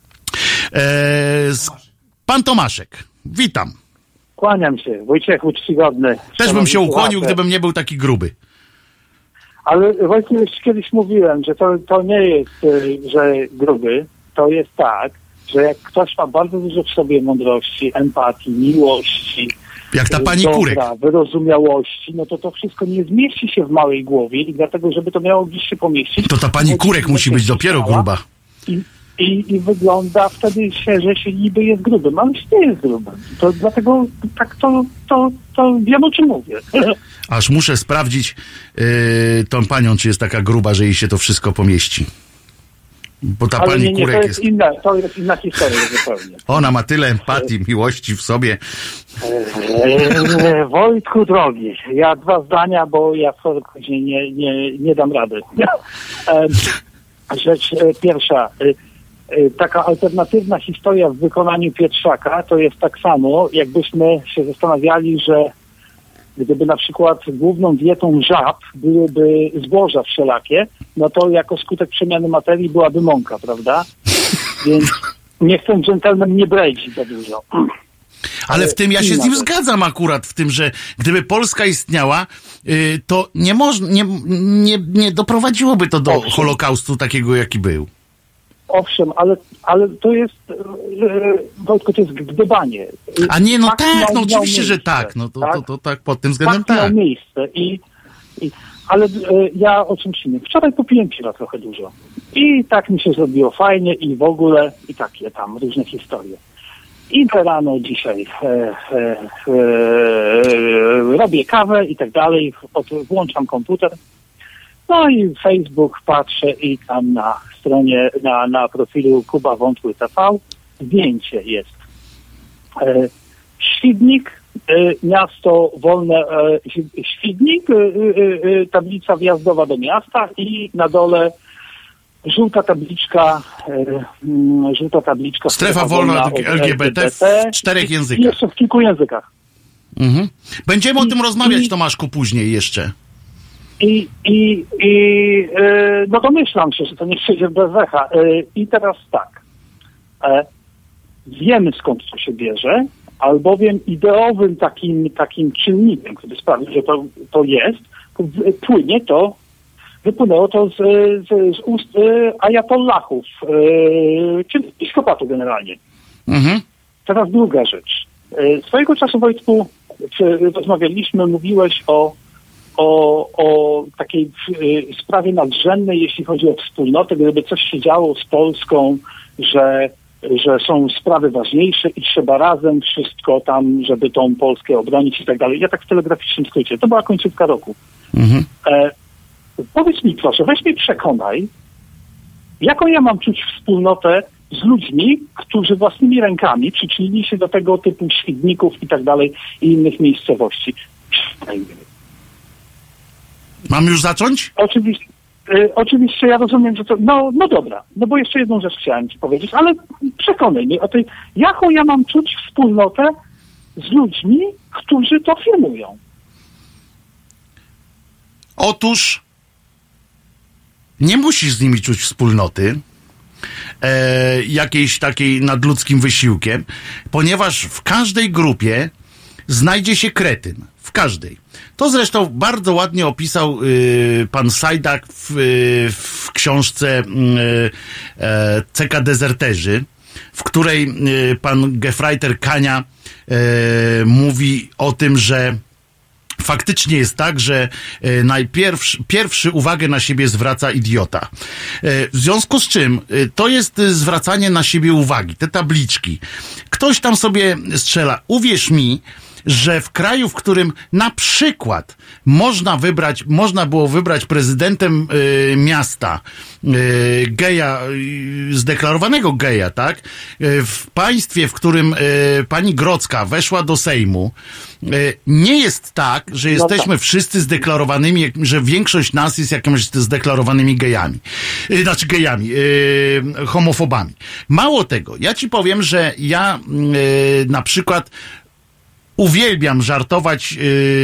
Pan Tomaszek, witam. Kłaniam się, Wojciechu, czcigodny. Też bym się ukłonił, gdybym nie był taki gruby. Ale właśnie już kiedyś mówiłem, że to nie jest, że gruby, to jest tak, że jak ktoś ma bardzo dużo w sobie mądrości, empatii, miłości, jak ta pani Kurek, wyrozumiałości, no to wszystko nie zmieści się w małej głowie i dlatego, żeby to miało gdzieś się pomieścić... To ta pani Kurek musi być dopiero gruba. I wygląda wtedy że się niby jest grubym, ale się nie jest grubym. To dlatego tak to wiem, o czym mówię. Aż muszę sprawdzić tą panią, czy jest taka gruba, że jej się to wszystko pomieści. Bo ta pani Kurek to jest inna historia zupełnie. Ona ma tyle empatii, miłości w sobie. Wojtku drogi, ja 2 zdania, bo ja nie dam rady. Rzecz pierwsza. Taka alternatywna historia w wykonaniu Pietrzaka to jest tak samo, jakbyśmy się zastanawiali, że gdyby na przykład główną dietą żab byłyby zboża wszelakie, no to jako skutek przemiany materii byłaby mąka, prawda? Więc niech ten dżentelmen nie brejdzi za dużo. Ale w tym ja się z nim zgadzam akurat, w tym, że gdyby Polska istniała, to nie doprowadziłoby to do Holokaustu takiego, jaki był. Owszem, ale to jest, Wojtko, to jest gdybanie. A nie, no tak, no oczywiście, że tak. No to tak pod tym względem tak. Miał miejsce ale ja o czymś innym. Wczoraj popiłem piwa trochę dużo. I tak mi się zrobiło fajnie i w ogóle, i takie tam różne historie. Idę rano dzisiaj robię kawę i tak dalej, włączam komputer, no i Facebook patrzę i tam na stronie, na profilu Kuba Wątły TV zdjęcie jest. Świdnik, miasto wolne, Świdnik, tablica wjazdowa do miasta i na dole żółta tabliczka. Strefa wolna od LGBT w 4 językach. I jeszcze w kilku językach. Mhm. Będziemy o tym rozmawiać, Tomaszku, później jeszcze. No domyślam się, że to nie przejdzie bez echa. I teraz tak. Wiemy, skąd to się bierze, albowiem ideowym takim czynnikiem, który sprawił, że to jest, wypłynęło to z ust ajatollahów, czyli episkopatu generalnie. Mhm. Teraz druga rzecz. Swojego czasu, Wojtku, rozmawialiśmy, mówiłeś o takiej sprawie nadrzędnej, jeśli chodzi o wspólnotę, gdyby coś się działo z Polską, że są sprawy ważniejsze i trzeba razem wszystko tam, żeby tą Polskę obronić i tak dalej. Ja tak w telegraficznym skrócie. To była końcówka roku. Mhm. Powiedz mi proszę, weź mnie przekonaj, jaką ja mam czuć wspólnotę z ludźmi, którzy własnymi rękami przyczynili się do tego typu Świdników i tak dalej i innych miejscowości. Mam już zacząć? Oczywiście ja rozumiem, że to... No dobra, no bo jeszcze jedną rzecz chciałem ci powiedzieć, ale przekonaj mnie o tej... Jaką ja mam czuć wspólnotę z ludźmi, którzy to filmują? Otóż nie musisz z nimi czuć wspólnoty, jakiejś takiej nadludzkim wysiłkiem, ponieważ w każdej grupie znajdzie się kretyn. W każdej. To zresztą bardzo ładnie opisał pan Sajdak w książce CK Dezerterzy, w której pan Gefreiter Kania mówi o tym, że faktycznie jest tak, że pierwszy uwagę na siebie zwraca idiota. W związku z czym to jest zwracanie na siebie uwagi, te tabliczki. Ktoś tam sobie strzela. Uwierz mi, że w kraju, w którym na przykład można było wybrać prezydentem miasta geja, zdeklarowanego geja, tak? W państwie, w którym pani Grodzka weszła do Sejmu, nie jest tak, że jesteśmy wszyscy zdeklarowanymi, że większość nas jest jakimiś zdeklarowanymi gejami. Znaczy gejami, homofobami. Mało tego, ja ci powiem, że ja na przykład uwielbiam żartować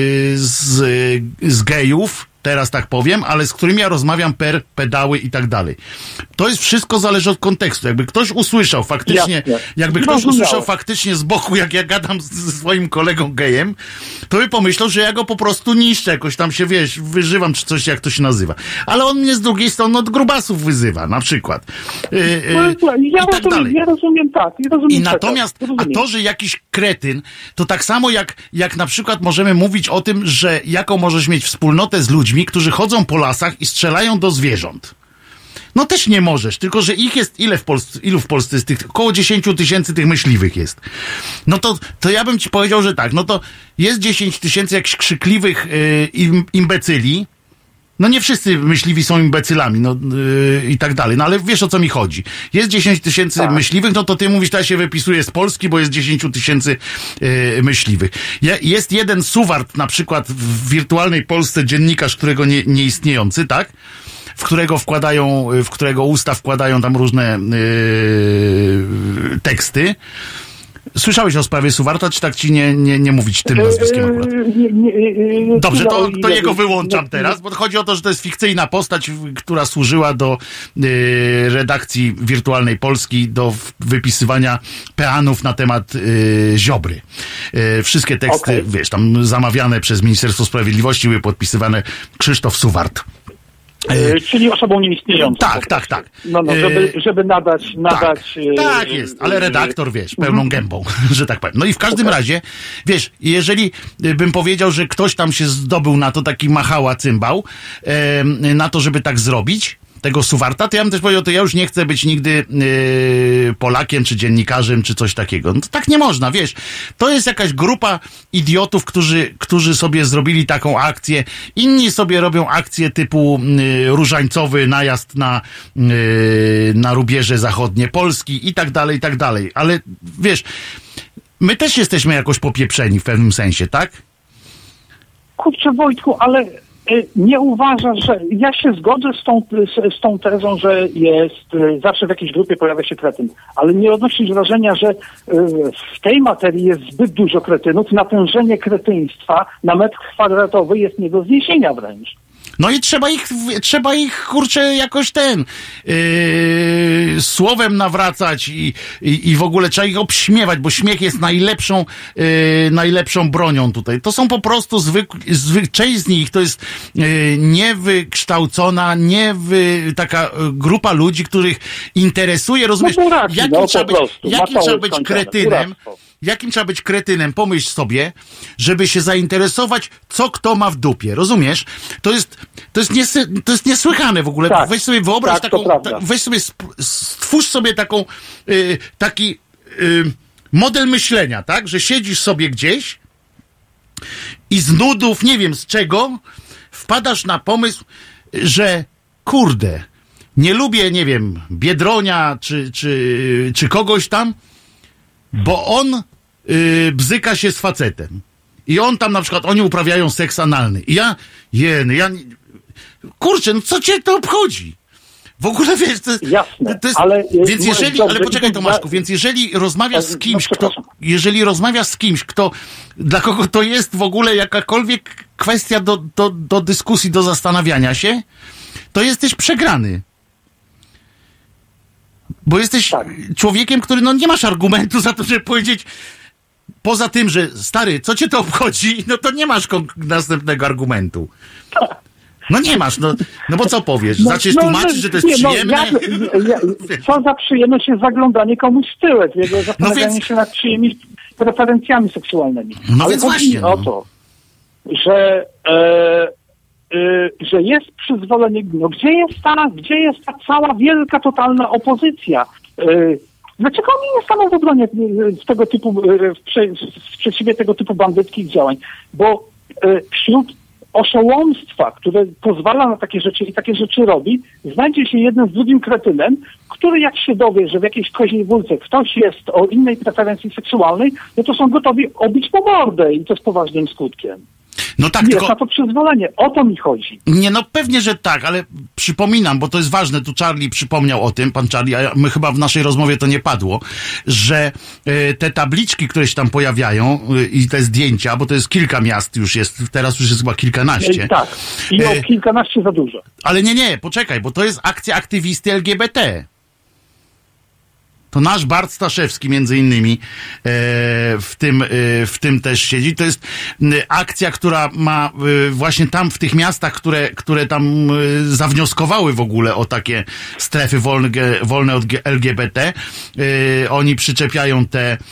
z gejów, teraz tak powiem, ale z którymi ja rozmawiam pedały i tak dalej. To jest wszystko zależy od kontekstu. Jakby ktoś usłyszał faktycznie, z boku, jak ja gadam ze swoim kolegą gejem, to by pomyślał, że ja go po prostu niszczę, jakoś tam się, wyżywam, czy coś, jak to się nazywa. Ale on mnie z drugiej strony od grubasów wyzywa, na przykład. Ja rozumiem. I natomiast, a to, że jakiś kretyn, to tak samo jak na przykład możemy mówić o tym, że jaką możesz mieć wspólnotę z ludźmi, którzy chodzą po lasach i strzelają do zwierząt. No też nie możesz, tylko że ich jest ilu w Polsce jest tych, około 10 000 tych myśliwych jest. No to ja bym ci powiedział, że tak, no to jest 10 000 jakichś krzykliwych imbecyli. No nie wszyscy myśliwi są imbecylami, i tak dalej, no ale wiesz, o co mi chodzi. Jest 10 000 myśliwych, no to ty mówisz, ja się wypisuję z Polski, bo jest 10 000 myśliwych. Jest jeden Suwart, na przykład w wirtualnej Polsce, dziennikarz, którego nieistniejący, tak? W którego usta wkładają tam różne teksty. Słyszałeś o sprawie Suwarta, czy tak ci nie mówić tym nazwiskiem akurat? Dobrze, to jego wyłączam teraz, bo chodzi o to, że to jest fikcyjna postać, która służyła do redakcji wirtualnej Polski, do wypisywania peanów na temat Ziobry. Wszystkie teksty, wiesz, tam zamawiane przez Ministerstwo Sprawiedliwości, były podpisywane Krzysztof Suwart. Czyli osobą nieistniejącą. Tak. Żeby nadać... Tak jest, ale redaktor, wiesz, pełną gębą, że tak powiem. No i w każdym razie, wiesz, jeżeli bym powiedział, że ktoś tam się zdobył na to, taki machała cymbał, na to, żeby tak zrobić, tego Suwarta, to ja bym też powiedział, to ja już nie chcę być nigdy Polakiem, czy dziennikarzem, czy coś takiego. No to tak nie można, wiesz. To jest jakaś grupa idiotów, którzy sobie zrobili taką akcję. Inni sobie robią akcję typu różańcowy najazd na rubieże zachodnie Polski i tak dalej, i tak dalej. Ale wiesz, my też jesteśmy jakoś popieprzeni w pewnym sensie, tak? Kurczę, Wojtku, ale nie uważasz, że ja się zgodzę z tą tezą, że zawsze w jakiejś grupie pojawia się kretyn, ale nie odnosisz wrażenia, że w tej materii jest zbyt dużo kretynów, natężenie kretyństwa na metr kwadratowy jest nie do zniesienia wręcz. No i trzeba ich kurczę jakoś słowem nawracać i w ogóle trzeba ich obśmiewać, bo śmiech jest najlepszą bronią tutaj. To są po prostu część z nich to jest niewykształcona, taka grupa ludzi, których interesuje, rozumiesz, jakim trzeba być kretynem. Jakim trzeba być kretynem, pomyśl sobie, żeby się zainteresować, co kto ma w dupie, rozumiesz? To jest niesłychane w ogóle. Tak, weź sobie wyobraź stwórz sobie taki model myślenia, tak? Że siedzisz sobie gdzieś i z nudów, nie wiem z czego, wpadasz na pomysł, że kurde, nie lubię, nie wiem, Biedronia czy kogoś tam, bo on bzyka się z facetem. I on tam na przykład, oni uprawiają seks analny. I kurczę, no co cię to obchodzi? W ogóle wiesz, to jest, ale poczekaj Tomaszku, więc jeżeli rozmawiasz z kimś, dla kogo to jest w ogóle jakakolwiek kwestia do dyskusji, do zastanawiania się, to jesteś przegrany. Bo jesteś człowiekiem, który nie masz argumentu za to, żeby powiedzieć, poza tym, że stary, co cię to obchodzi, no to nie masz następnego argumentu. No nie masz, no bo co powiesz? Zaczniesz tłumaczyć, że to jest przyjemne? Co za przyjemność jest zaglądanie komuś w tyłek, jego zastanawianie się nad czyimiś preferencjami seksualnymi. No ale więc właśnie. O to, że jest przyzwolenie, gdzie jest ta cała wielka, totalna opozycja? Dlaczego oni nie staną w obronie z tego typu, sprzeciwie tego typu bandyckich działań? Bo wśród oszołomstwa, które pozwala na takie rzeczy i takie rzeczy robi, znajdzie się jeden z drugim kretynem, który jak się dowie, że w jakiejś koziej wólce ktoś jest o innej preferencji seksualnej, no to są gotowi obić po mordę i to z poważnym skutkiem. No tak, jest na to przyzwolenie. O to mi chodzi. Nie, no pewnie, że tak, ale przypominam, bo to jest ważne, tu Charlie przypomniał o tym, pan Charlie, a my chyba w naszej rozmowie to nie padło, że te tabliczki, które się tam pojawiają i te zdjęcia, bo to jest kilka miast już jest, teraz już jest chyba kilkanaście. Tak, i o kilkanaście za dużo. Ale nie, poczekaj, bo to jest akcja aktywisty LGBT. To nasz Bart Staszewski między innymi w tym też siedzi. To jest akcja, która ma właśnie tam w tych miastach, które tam zawnioskowały w ogóle o takie strefy wolne od LGBT. Oni przyczepiają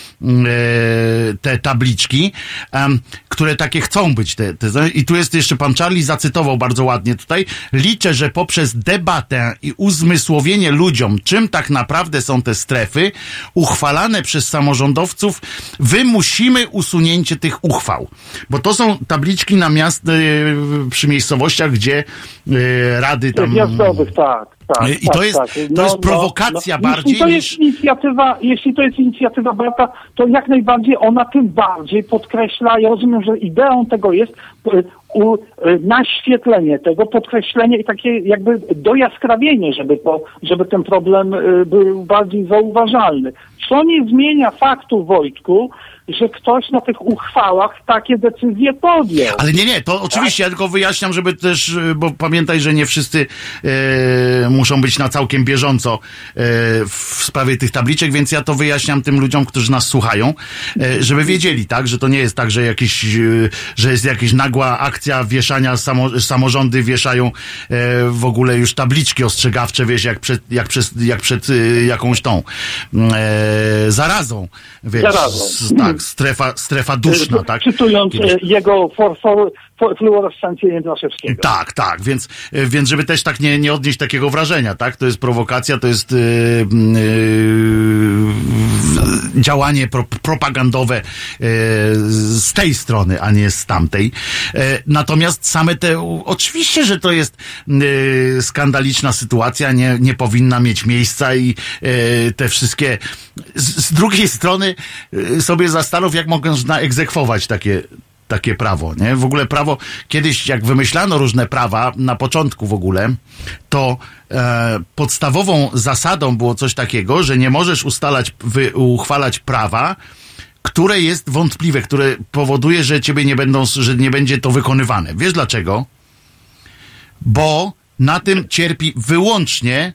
te tabliczki, które takie chcą być. I tu jest jeszcze pan Charlie zacytował bardzo ładnie tutaj. Liczę, że poprzez debatę i uzmysłowienie ludziom, czym tak naprawdę są te strefy, uchwalane przez samorządowców, wymusimy usunięcie tych uchwał. Bo to są tabliczki na przy miejscowościach, gdzie rady tam... Gwiazdowych, tak. I to jest prowokacja bardziej Jeśli to jest inicjatywa Barta, to jak najbardziej ona tym bardziej podkreśla, ja rozumiem, że ideą tego jest naświetlenie tego, podkreślenie i takie jakby dojaskrawienie, żeby ten problem był bardziej zauważalny. Co nie zmienia faktu, Wojtku, że ktoś na tych uchwałach takie decyzje podjął. Ale nie, to oczywiście, ja tylko wyjaśniam, żeby też, bo pamiętaj, że nie wszyscy muszą być na całkiem bieżąco w sprawie tych tabliczek, więc ja to wyjaśniam tym ludziom, którzy nas słuchają, żeby wiedzieli, tak, że to nie jest tak, że że jest jakaś nagła akcja wieszania, samorządy wieszają w ogóle już tabliczki ostrzegawcze, wiesz, jak przed jakąś tą zarazą, wiesz, tak, strefa duszna, tak? Cytując jego fluorescencyjnym Tomaszewskiego. Tak, więc żeby też tak nie odnieść takiego wrażenia, tak? To jest prowokacja, to jest działanie propagandowe z tej strony, a nie z tamtej. Natomiast same te, oczywiście, że to jest skandaliczna sytuacja, nie powinna mieć miejsca i te wszystkie, z drugiej strony sobie zastanów, jak można egzekwować takie prawo, nie? W ogóle prawo, kiedyś jak wymyślano różne prawa, na początku w ogóle, to podstawową zasadą było coś takiego, że nie możesz uchwalać prawa, które jest wątpliwe, które powoduje, że że nie będzie to wykonywane. Wiesz dlaczego? Bo na tym cierpi wyłącznie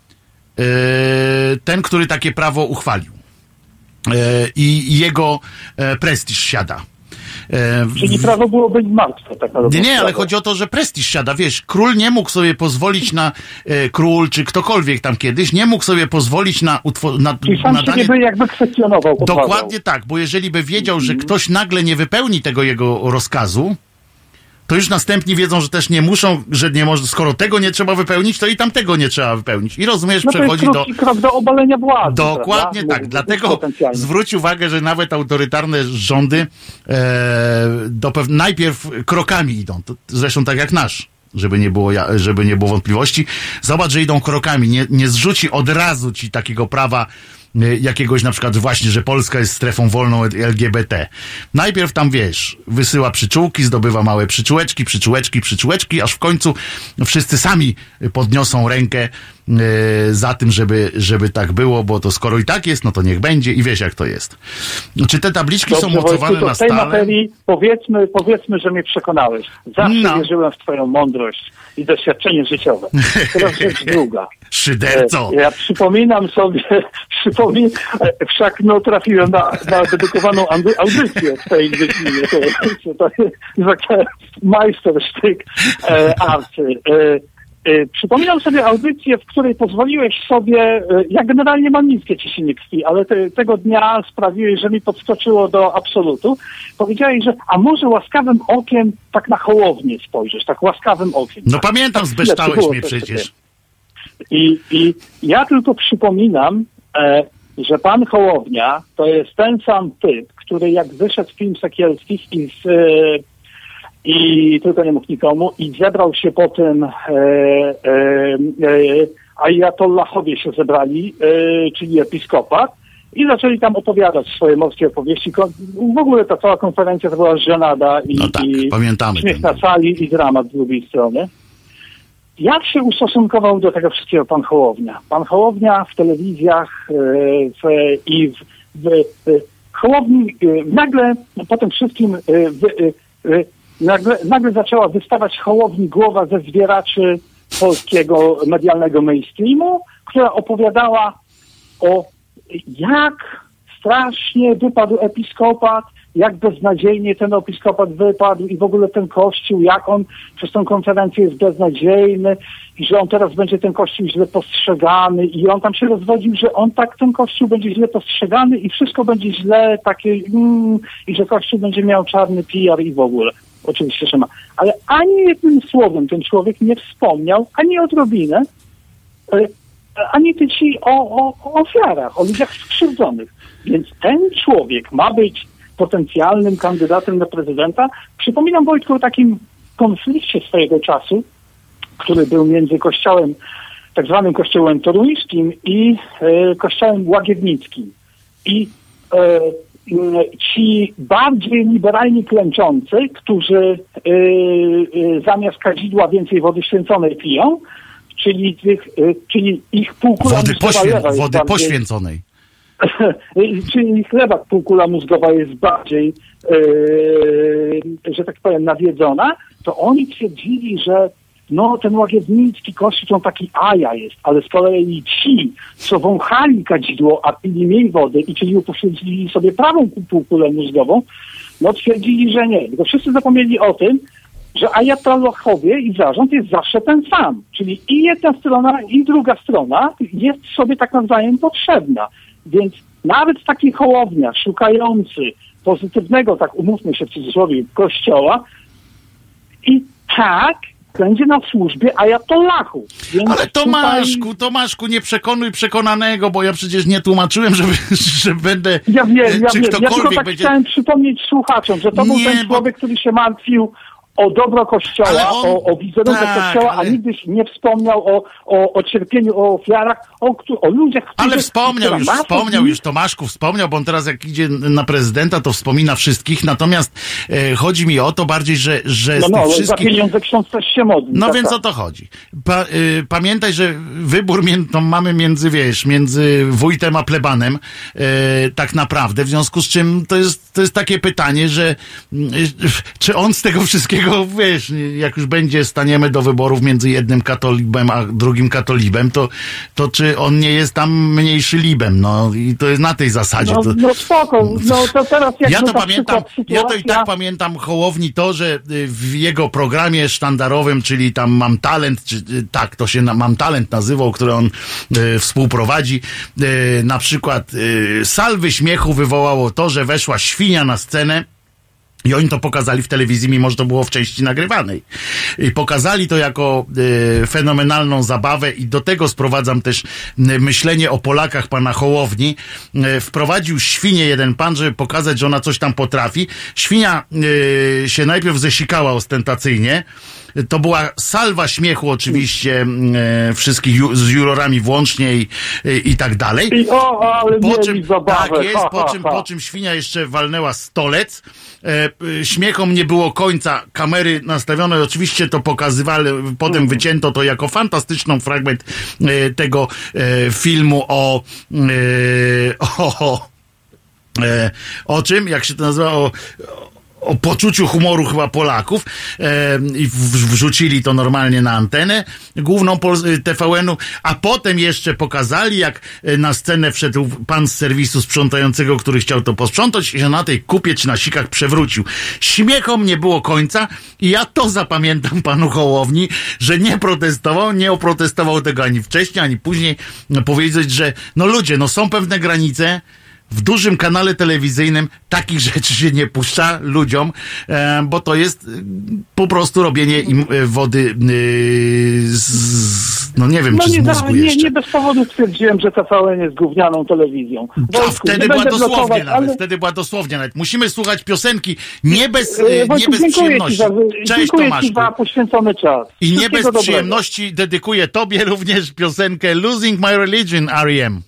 ten, który takie prawo uchwalił. I jego prestiż siada. Czyli prawo byłoby martwe. Tak nie, ale chodzi o to, że prestiż siada. Wiesz, król nie mógł sobie pozwolić król, czy ktokolwiek tam kiedyś, nie mógł sobie pozwolić na Czyli sam siebie by jakby kwestionował. Dokładnie tak, bo jeżeli by wiedział, że ktoś nagle nie wypełni tego jego rozkazu, to już następni wiedzą, że też nie muszą, że nie może, skoro tego nie trzeba wypełnić, to i tamtego nie trzeba wypełnić. I rozumiesz, przechodzi to jest krok do obalenia władzy. Dokładnie tak. Dlatego zwróć uwagę, że nawet autorytarne rządy najpierw krokami idą. Zresztą tak jak nasz. Żeby nie było wątpliwości. Zobacz, że idą krokami. Nie zrzuci od razu ci takiego prawa jakiegoś na przykład właśnie, że Polska jest strefą wolną LGBT. Najpierw tam, wiesz, wysyła przyczółki, zdobywa małe przyczółeczki, aż w końcu wszyscy sami podniosą rękę za tym, żeby tak było, bo to skoro i tak jest, no to niech będzie i wiesz, jak to jest. Czy te tabliczki są mocowane na stale? W tej materii powiedzmy, że mnie przekonałeś. Zawsze wierzyłem w twoją mądrość i doświadczenie życiowe. Teraz rzecz druga. Szyderco! Ja przypominam sobie, wszak trafiłem na dedykowaną audycję w tej dziedzinie. To jest majstersztyk arcy. Przypominam sobie audycję, w której pozwoliłeś sobie, ja generalnie mam niskie ciśnienie krwi, ale tego dnia sprawiłeś, że mi podskoczyło do absolutu. Powiedziałeś, że a może łaskawym okiem tak na Hołownię spojrzysz, tak łaskawym okiem. No pamiętam, zbeształeś mnie przecież. I ja tylko przypominam, że pan Hołownia to jest ten sam typ, który jak wyszedł z film Sekielskich i tylko nie mógł nikomu i zebrał się po tym ajatollahowie się zebrali, czyli episkopat, i zaczęli tam opowiadać swoje morskie opowieści. W ogóle ta cała konferencja to była żenada i pamiętamy śmiech na sali i dramat z drugiej strony. Jak się ustosunkował do tego wszystkiego pan Hołownia? Pan Hołownia w telewizjach Hołowni nagle po tym wszystkim nagle zaczęła wystawać Hołowni głowa ze zwieraczy polskiego medialnego mainstreamu, która opowiadała o jak strasznie wypadł episkopat, jak beznadziejnie ten episkopat wypadł i w ogóle ten kościół, jak on przez tę konferencję jest beznadziejny i że on teraz będzie ten kościół źle postrzegany i on tam się rozwodził, że on tak ten kościół będzie źle postrzegany i wszystko będzie źle, takie i że kościół będzie miał czarny PR i w ogóle. Oczywiście, że ma. Ale ani jednym słowem ten człowiek nie wspomniał, ani odrobinę, ani tyci o ofiarach, o ludziach skrzywdzonych. Więc ten człowiek ma być potencjalnym kandydatem na prezydenta. Przypominam, Wojtku, o takim konflikcie swojego czasu, który był między kościołem, tak zwanym kościołem toruńskim i kościołem łagiewnickim. I ci bardziej liberalni klęczący, którzy zamiast kadzidła więcej wody święconej piją, czyli ich półkula wody poświęconej. Czyli chleba półkula mózgowa jest bardziej, że tak powiem, nawiedzona, to oni twierdzili, że ten łagiewnicki kościół to taki aja jest, ale z kolei ci, co wąchali kadzidło, a pili mniej wody i czyli upośledzili sobie prawą półkulę mózgową, twierdzili, że nie. Tylko wszyscy zapomnieli o tym, że ajatollahowie i zarząd jest zawsze ten sam. Czyli i jedna strona, i druga strona jest sobie tak nawzajem potrzebna. Więc nawet taki Hołownia szukający pozytywnego, tak umówmy się w cudzysłowie, kościoła, tak, będzie na służbie ajatollahów. Ale Tomaszku, nie przekonuj przekonanego, bo ja przecież nie tłumaczyłem, że będę... Ja wiem. Czy ktokolwiek ja tylko tak będzie... chciałem przypomnieć słuchaczom, że to był ten człowiek, który się martwił o dobro Kościoła, o wizerunek Kościoła, a nigdy nie wspomniał o cierpieniu, o ofiarach, o ludziach, którzy... Ale wspomniał już, Tomaszku wspomniał, bo on teraz jak idzie na prezydenta, to wspomina wszystkich, natomiast chodzi mi o to bardziej, że z tych wszystkich... za pieniądze ksiądz też się modli. No tak, więc tak. o to chodzi. Pamiętaj, że wybór mamy między wójtem a plebanem, tak naprawdę, w związku z czym to jest takie pytanie, że czy on z tego wszystkiego, wiesz, jak już staniemy do wyborów między jednym katolibem a drugim katolibem, to czy on nie jest tam mniejszy libem, no i to jest na tej zasadzie. No spoko, no to teraz jak ja to i tak pamiętam Hołowni to, że w jego programie sztandarowym, czyli tam Mam Talent, to się Mam Talent nazywał, który on współprowadzi, na przykład salwy śmiechu wywołało to, że weszła świnia na scenę. I oni to pokazali w telewizji, mimo że to było w części nagrywanej. I pokazali to jako fenomenalną zabawę i do tego sprowadzam też myślenie o Polakach pana Hołowni. Wprowadził świnię jeden pan, żeby pokazać, że ona coś tam potrafi. Świnia się najpierw zesikała ostentacyjnie. To była salwa śmiechu oczywiście wszystkich z jurorami włącznie i tak dalej. Ale mieli zabawę. Tak jest, po czym świnia jeszcze walnęła stolec. Śmiechom nie było końca, kamery nastawione, oczywiście to pokazywali, potem wycięto to jako fantastyczną fragment tego filmu o czym, jak się to nazywa, o poczuciu humoru chyba Polaków i wrzucili to normalnie na antenę główną TVN-u, a potem jeszcze pokazali, jak na scenę wszedł pan z serwisu sprzątającego, który chciał to posprzątać i się na tej kupie czy na sikach przewrócił. Śmiechom nie było końca i ja to zapamiętam panu Hołowni, że nie oprotestował tego ani wcześniej, ani później. Powiedzieć, że no ludzie, no są pewne granice. W dużym kanale telewizyjnym takich rzeczy się nie puszcza ludziom, bo to jest po prostu robienie im wody no nie wiem, czy z mózgu jeszcze. Nie bez powodu stwierdziłem, że TVN jest gównianą telewizją. Wtedy była dosłownie nawet. Musimy słuchać piosenki nie bez przyjemności. Cześć Tomaszku. Ci za poświęcony czas. I nie bez przyjemności dedykuję tobie również piosenkę Losing My Religion, R.E.M.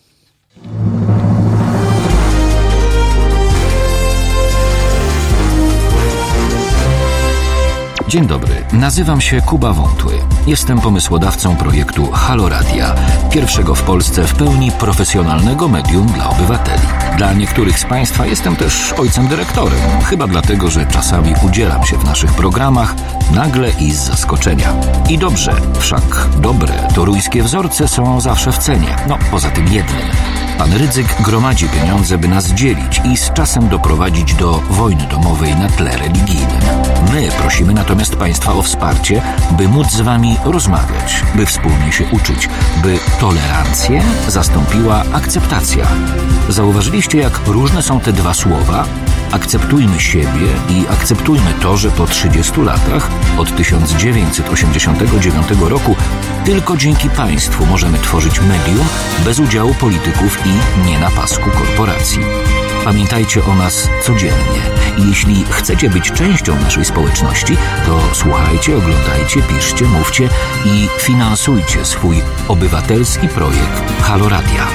Dzień dobry, nazywam się Kuba Wątły. Jestem pomysłodawcą projektu Halo Radia, pierwszego w Polsce w pełni profesjonalnego medium dla obywateli. Dla niektórych z Państwa jestem też ojcem dyrektorem, chyba dlatego, że czasami udzielam się w naszych programach nagle i z zaskoczenia. I dobrze, wszak dobre toruńskie wzorce są zawsze w cenie, no poza tym jednym. Pan Rydzyk gromadzi pieniądze, by nas dzielić i z czasem doprowadzić do wojny domowej na tle religijnym. My prosimy natomiast Państwa o wsparcie, by móc z Wami rozmawiać, by wspólnie się uczyć, by tolerancję zastąpiła akceptacja. Zauważyliście, jak różne są te dwa słowa? Akceptujmy siebie i akceptujmy to, że po 30 latach, od 1989 roku, tylko dzięki państwu możemy tworzyć medium bez udziału polityków i nie na pasku korporacji. Pamiętajcie o nas codziennie i jeśli chcecie być częścią naszej społeczności, to słuchajcie, oglądajcie, piszcie, mówcie i finansujcie swój obywatelski projekt Halo Radia.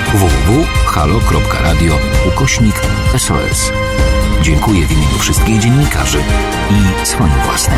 www.halo.radio/SOS. Dziękuję w imieniu wszystkich dziennikarzy i swoim własnym.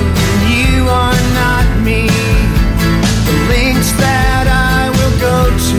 That I will go to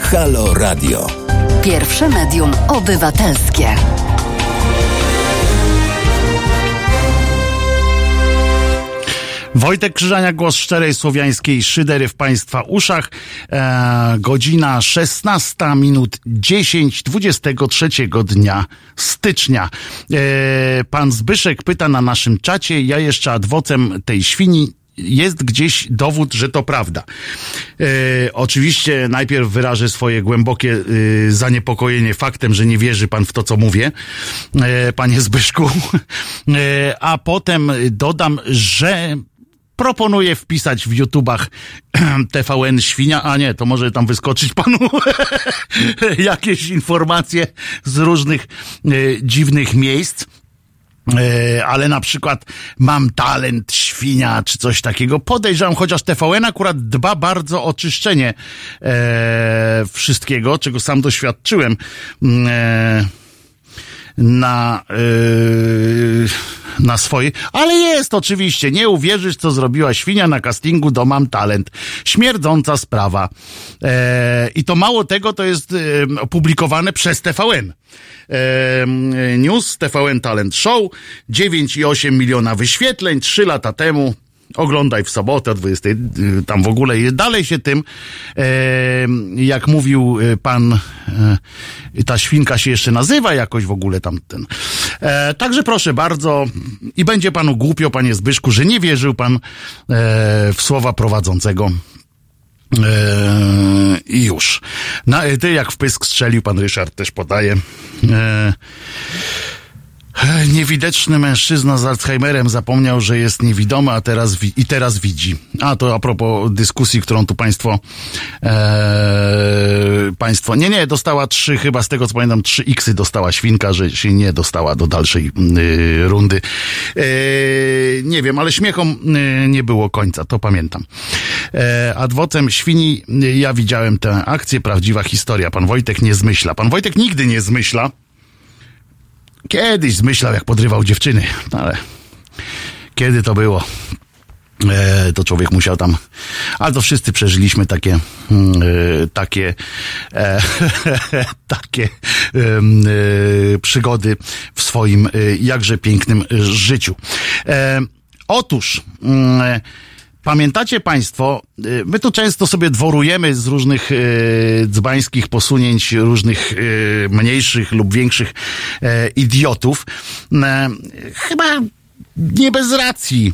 Halo Radio. Pierwsze medium obywatelskie. Wojtek Krzyżania, głos szczerej słowiańskiej szydery w Państwa uszach. Godzina 16 minut 10, 23 dnia stycznia. Pan Zbyszek pyta na naszym czacie, ja jeszcze adwocem tej świni. Jest gdzieś dowód, że to prawda. Oczywiście najpierw wyrażę swoje głębokie zaniepokojenie faktem, że nie wierzy pan w to, co mówię, panie Zbyszku, a potem dodam, że proponuję wpisać w YouTubach TVN Świnia, a nie, to może tam wyskoczyć panu jakieś informacje z różnych dziwnych miejsc. Ale na przykład Mam Talent, Świnia, czy coś takiego. Podejrzewam, chociaż TVN akurat dba bardzo o czyszczenie wszystkiego, czego sam doświadczyłem na swojej, ale jest oczywiście, nie uwierzysz, co zrobiła Świnia na castingu do Mam Talent. Śmierdząca sprawa. I to mało tego, to jest opublikowane przez TVN. News, TVN Talent Show, 9,8 miliona wyświetleń, 3 lata temu. Oglądaj w sobotę o 20, tam w ogóle dalej się tym, jak mówił pan, ta świnka się jeszcze nazywa jakoś w ogóle tamten. Także proszę bardzo, i będzie panu głupio, panie Zbyszku, że nie wierzył pan w słowa prowadzącego. I już. Ty jak w pysk strzelił, pan Ryszard też podaje. Niewidoczny mężczyzna z Alzheimerem zapomniał, że jest niewidomy, a teraz widzi. A to a propos dyskusji, którą tu państwo dostała 3, chyba z tego co pamiętam, 3 X-y dostała świnka, że się nie dostała do dalszej rundy. Nie wiem, ale śmiechom nie było końca, to pamiętam. Adwocem świni, ja widziałem tę akcję, prawdziwa historia. Pan Wojtek nie zmyśla. Pan Wojtek nigdy nie zmyśla. Kiedyś zmyślał, jak podrywał dziewczyny, ale kiedy to było? To człowiek musiał tam, ale to wszyscy przeżyliśmy takie przygody w swoim jakże pięknym życiu. Otóż pamiętacie państwo, my tu często sobie dworujemy z różnych dzbańskich posunięć różnych mniejszych lub większych idiotów. Chyba nie bez racji.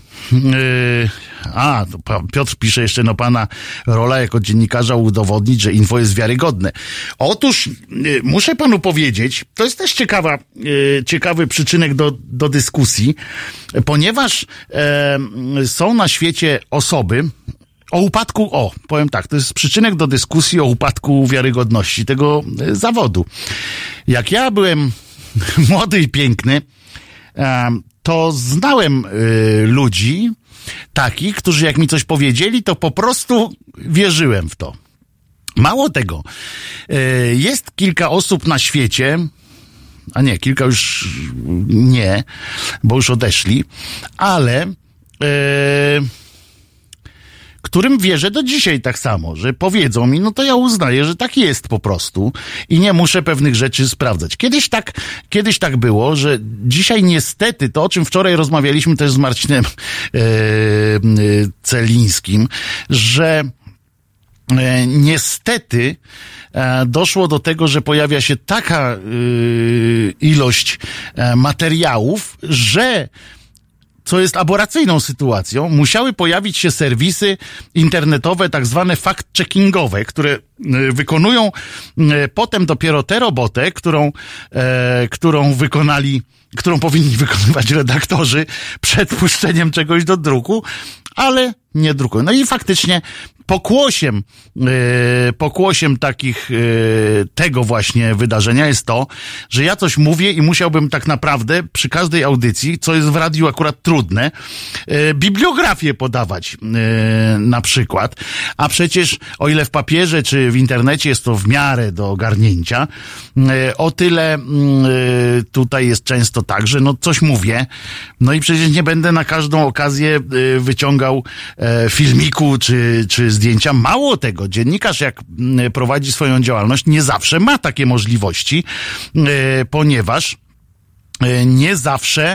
Piotr pisze jeszcze, pana rola jako dziennikarza udowodnić, że info jest wiarygodne. Otóż muszę panu powiedzieć, to jest też ciekawy przyczynek do dyskusji, ponieważ są na świecie osoby o upadku, powiem tak, to jest przyczynek do dyskusji o upadku wiarygodności tego zawodu. Jak ja byłem młody i piękny, to znałem ludzi takich, którzy jak mi coś powiedzieli, to po prostu wierzyłem w to. Mało tego, jest kilka osób na świecie, a nie, kilka już nie, bo już odeszli, ale którym wierzę do dzisiaj tak samo, że powiedzą mi, no to ja uznaję, że tak jest po prostu i nie muszę pewnych rzeczy sprawdzać. Kiedyś tak było, że dzisiaj niestety, to o czym wczoraj rozmawialiśmy też z Marcinem Celińskim, że niestety doszło do tego, że pojawia się taka ilość materiałów, że co jest aberracyjną sytuacją, musiały pojawić się serwisy internetowe, tak zwane fact-checkingowe, które wykonują potem dopiero tę robotę, którą powinni wykonywać redaktorzy przed puszczeniem czegoś do druku, ale nie drukują. No i faktycznie pokłosiem tego właśnie wydarzenia jest to, że ja coś mówię i musiałbym tak naprawdę przy każdej audycji, co jest w radiu akurat trudne, bibliografię podawać na przykład, a przecież o ile w papierze czy w internecie jest to w miarę do ogarnięcia, o tyle tutaj jest często tak, że coś mówię, no i przecież nie będę na każdą okazję wyciągał filmiku czy zdjęcia. Mało tego, dziennikarz jak prowadzi swoją działalność, nie zawsze ma takie możliwości, ponieważ nie zawsze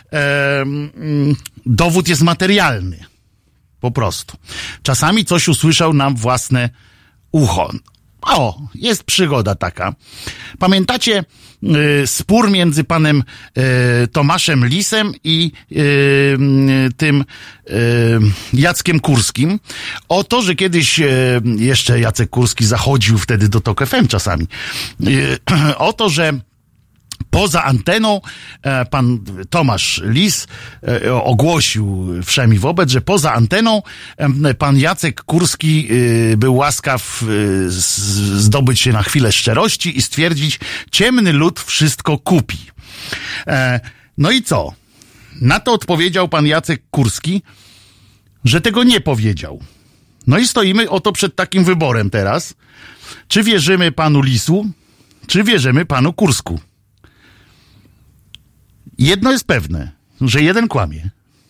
dowód jest materialny. Po prostu. Czasami coś usłyszał nam własne ucho. O, jest przygoda taka. Pamiętacie spór między panem Tomaszem Lisem i tym Jackiem Kurskim o to, że kiedyś jeszcze Jacek Kurski zachodził wtedy do TOK FM czasami. O to, że poza anteną pan Tomasz Lis ogłosił wszemi wobec, że poza anteną pan Jacek Kurski był łaskaw zdobyć się na chwilę szczerości i stwierdzić, ciemny lud wszystko kupi. No i co? Na to odpowiedział pan Jacek Kurski, że tego nie powiedział. No i stoimy oto przed takim wyborem teraz. Czy wierzymy panu Lisu, czy wierzymy panu Kursku? Jedno jest pewne, że jeden kłamie.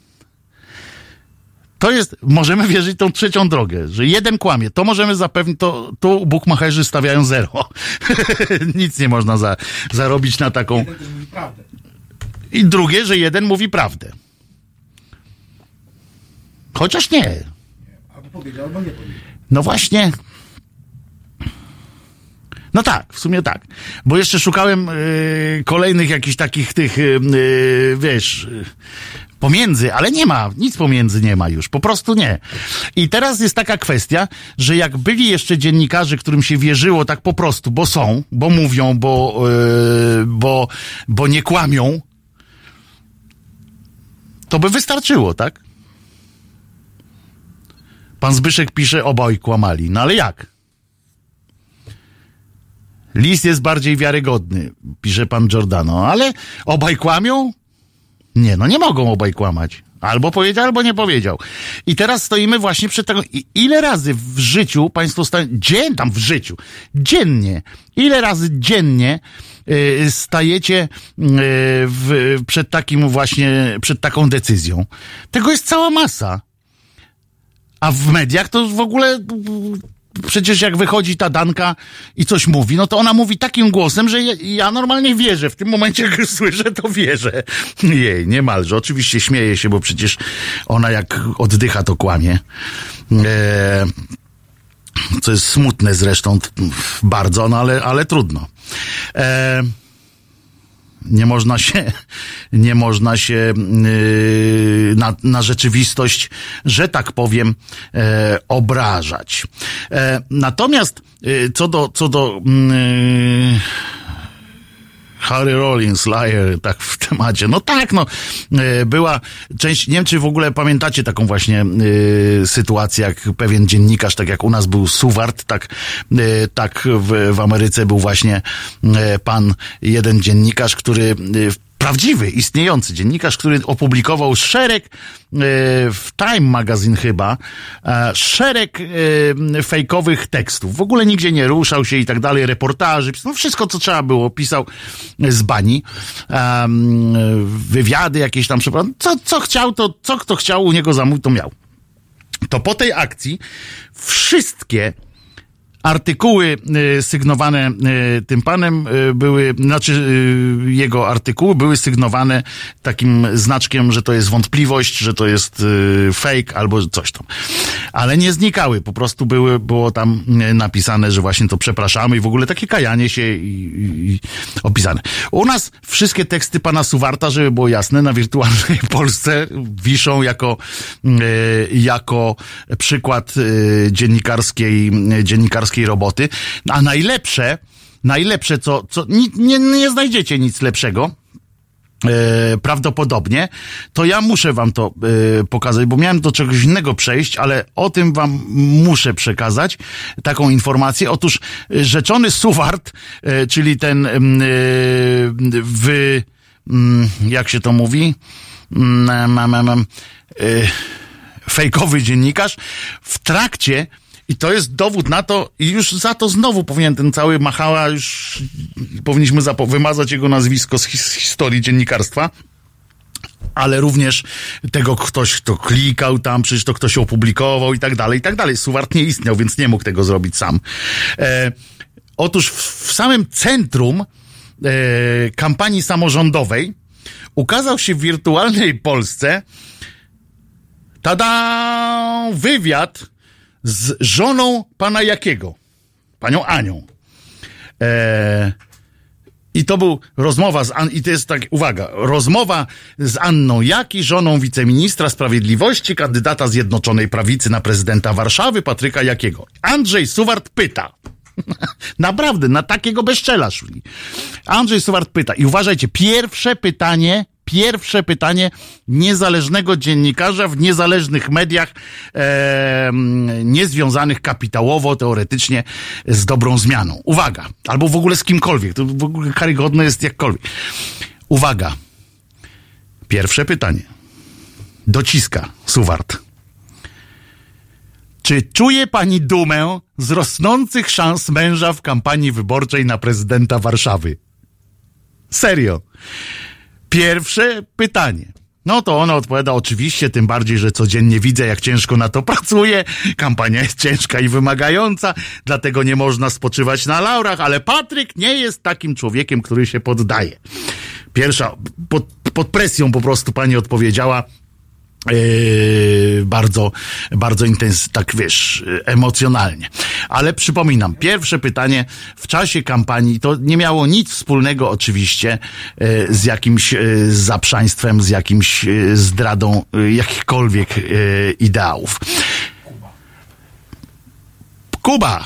To jest, możemy wierzyć tą trzecią drogę, że jeden kłamie. To możemy zapewnić, to tu bukmacherzy stawiają 0. Nic nie można zarobić na taką... Jeden też mówi prawdę. I drugie, że jeden mówi prawdę. Chociaż nie. Albo powiedział, albo nie powiedział. No właśnie... No tak, w sumie tak. Bo jeszcze szukałem kolejnych jakichś takich tych, wiesz, pomiędzy, ale nie ma, nic pomiędzy nie ma już, po prostu nie. I teraz jest taka kwestia, że jak byli jeszcze dziennikarze, którym się wierzyło tak po prostu, bo są, bo mówią, bo nie kłamią, to by wystarczyło, tak? Pan Zbyszek pisze, obaj kłamali. No ale jak? Lis jest bardziej wiarygodny, pisze pan Giordano, ale obaj kłamią? Nie, no nie mogą obaj kłamać. Albo powiedział, albo nie powiedział. I teraz stoimy właśnie przed taką... Ile razy w życiu państwo dziennie, ile razy dziennie stajecie przed takim właśnie, przed taką decyzją? Tego jest cała masa. A w mediach to w ogóle... Przecież jak wychodzi ta Danka i coś mówi, no to ona mówi takim głosem, że ja normalnie wierzę. W tym momencie, jak słyszę, to wierzę. Jej, niemalże. Oczywiście śmieję się, bo przecież ona jak oddycha, to kłamie. Co jest smutne zresztą bardzo, no ale trudno. Nie można się na rzeczywistość, że tak powiem, obrażać. Natomiast co do Harry Rollins, liar, tak w temacie. No tak, no. Była część, nie wiem, czy w ogóle pamiętacie taką właśnie sytuację, jak pewien dziennikarz, tak jak u nas był Suward, tak w Ameryce był właśnie jeden dziennikarz, który prawdziwy, istniejący dziennikarz, który opublikował szereg w Time Magazine chyba, szereg fejkowych tekstów. W ogóle nigdzie nie ruszał się i tak dalej, reportaży, no wszystko, co trzeba było, pisał z bani, wywiady jakieś tam, co chciał, co kto chciał u niego zamówić, to miał. To po tej akcji wszystkie artykuły sygnowane tym panem były, jego artykuły były sygnowane takim znaczkiem, że to jest wątpliwość, że to jest fake albo coś tam. Ale nie znikały, po prostu było tam napisane, że właśnie to przepraszamy i w ogóle takie kajanie się i opisane. U nas wszystkie teksty pana Suwarta, żeby było jasne, na Wirtualnej Polsce wiszą jako przykład dziennikarskiej roboty, a najlepsze, co nie znajdziecie nic lepszego, prawdopodobnie, to ja muszę wam to pokazać, bo miałem do czegoś innego przejść, ale o tym wam muszę przekazać taką informację. Otóż rzeczony Suward, czyli ten jak się to mówi, fejkowy dziennikarz, w trakcie, i to jest dowód na to, i już za to znowu powinien ten cały Machała, już powinniśmy wymazać jego nazwisko z historii dziennikarstwa, ale również tego ktoś, kto klikał tam, przecież to ktoś opublikował i tak dalej, i tak dalej. Suwart nie istniał, więc nie mógł tego zrobić sam. Otóż w samym centrum kampanii samorządowej ukazał się w wirtualnej Polsce wywiad z żoną pana Jakiego, panią Anią. I to był rozmowa i to jest tak, uwaga, rozmowa z Anną Jaki, żoną wiceministra sprawiedliwości, kandydata Zjednoczonej Prawicy na prezydenta Warszawy, Patryka Jakiego. Andrzej Suwart pyta. Naprawdę, na takiego bezczela szli. Andrzej Suwart pyta. I uważajcie, pierwsze pytanie niezależnego dziennikarza w niezależnych mediach, niezwiązanych kapitałowo, teoretycznie z dobrą zmianą. Uwaga, albo w ogóle z kimkolwiek, to w ogóle karygodne jest jakkolwiek. Uwaga, pierwsze pytanie. Dociska Suwart. Czy czuje pani dumę z rosnących szans męża w kampanii wyborczej na prezydenta Warszawy? Serio. Pierwsze pytanie. No to ona odpowiada, oczywiście, tym bardziej, że codziennie widzę, jak ciężko na to pracuje. Kampania jest ciężka i wymagająca, dlatego nie można spoczywać na laurach, ale Patryk nie jest takim człowiekiem, który się poddaje. Pierwsza, pod presją po prostu pani odpowiedziała, bardzo, bardzo intensywnie, tak wiesz, emocjonalnie. Ale przypominam, pierwsze pytanie w czasie kampanii to nie miało nic wspólnego oczywiście z jakimś zaprzaństwem, z jakimś zdradą jakichkolwiek ideałów. Kuba!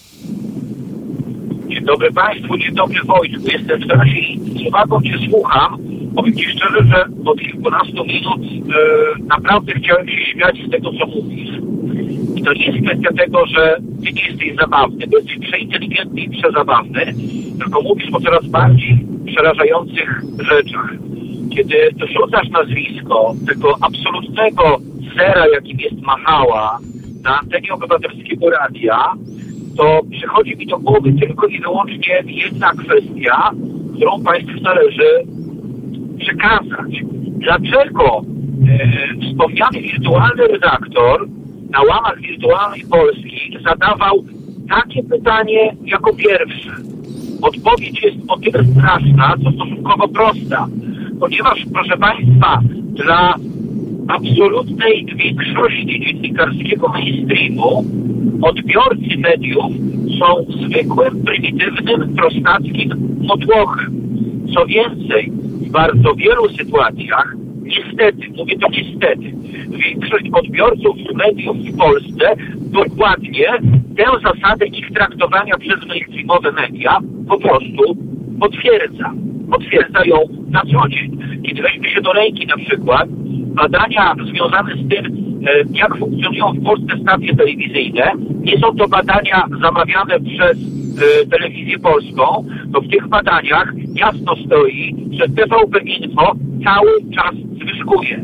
Dzień dobry Państwu, dzień dobry Wojtku. Jestem w trasie i z uwagą Cię słucham. Powiem Ci szczerze, że od kilkunastu minut naprawdę chciałem się śmiać z tego, co mówisz. I to nie jest kwestia tego, że Ty nie jesteś zabawny, bo jesteś przeinteligentny i przezabawny, tylko mówisz o coraz bardziej przerażających rzeczach. Kiedy dorzucasz nazwisko tego absolutnego zera, jakim jest Machała, na antenie Obywatelskiego Radia, to przychodzi mi do głowy tylko i wyłącznie jedna kwestia, którą Państwu należy przekazać. Dlaczego wspomniany wirtualny redaktor na łamach Wirtualnej Polski zadawał takie pytanie jako pierwsze? Odpowiedź jest o tyle straszna, co stosunkowo prosta. Ponieważ, proszę Państwa, dla absolutnej większości dziennikarskiego mainstreamu odbiorcy mediów są zwykłym, prymitywnym, prostackim motłochem. Co więcej, w bardzo wielu sytuacjach, niestety, mówię to niestety, większość odbiorców mediów w Polsce dokładnie tę zasadę ich traktowania przez mainstreamowe media po prostu potwierdza. Potwierdza ją na co dzień. Kiedy weźmie się do ręki na przykład badania związane z tym, jak funkcjonują w Polsce stacje telewizyjne, nie są to badania zamawiane przez telewizję polską, to w tych badaniach jasno stoi, że TVP Info cały czas zwyżkuje.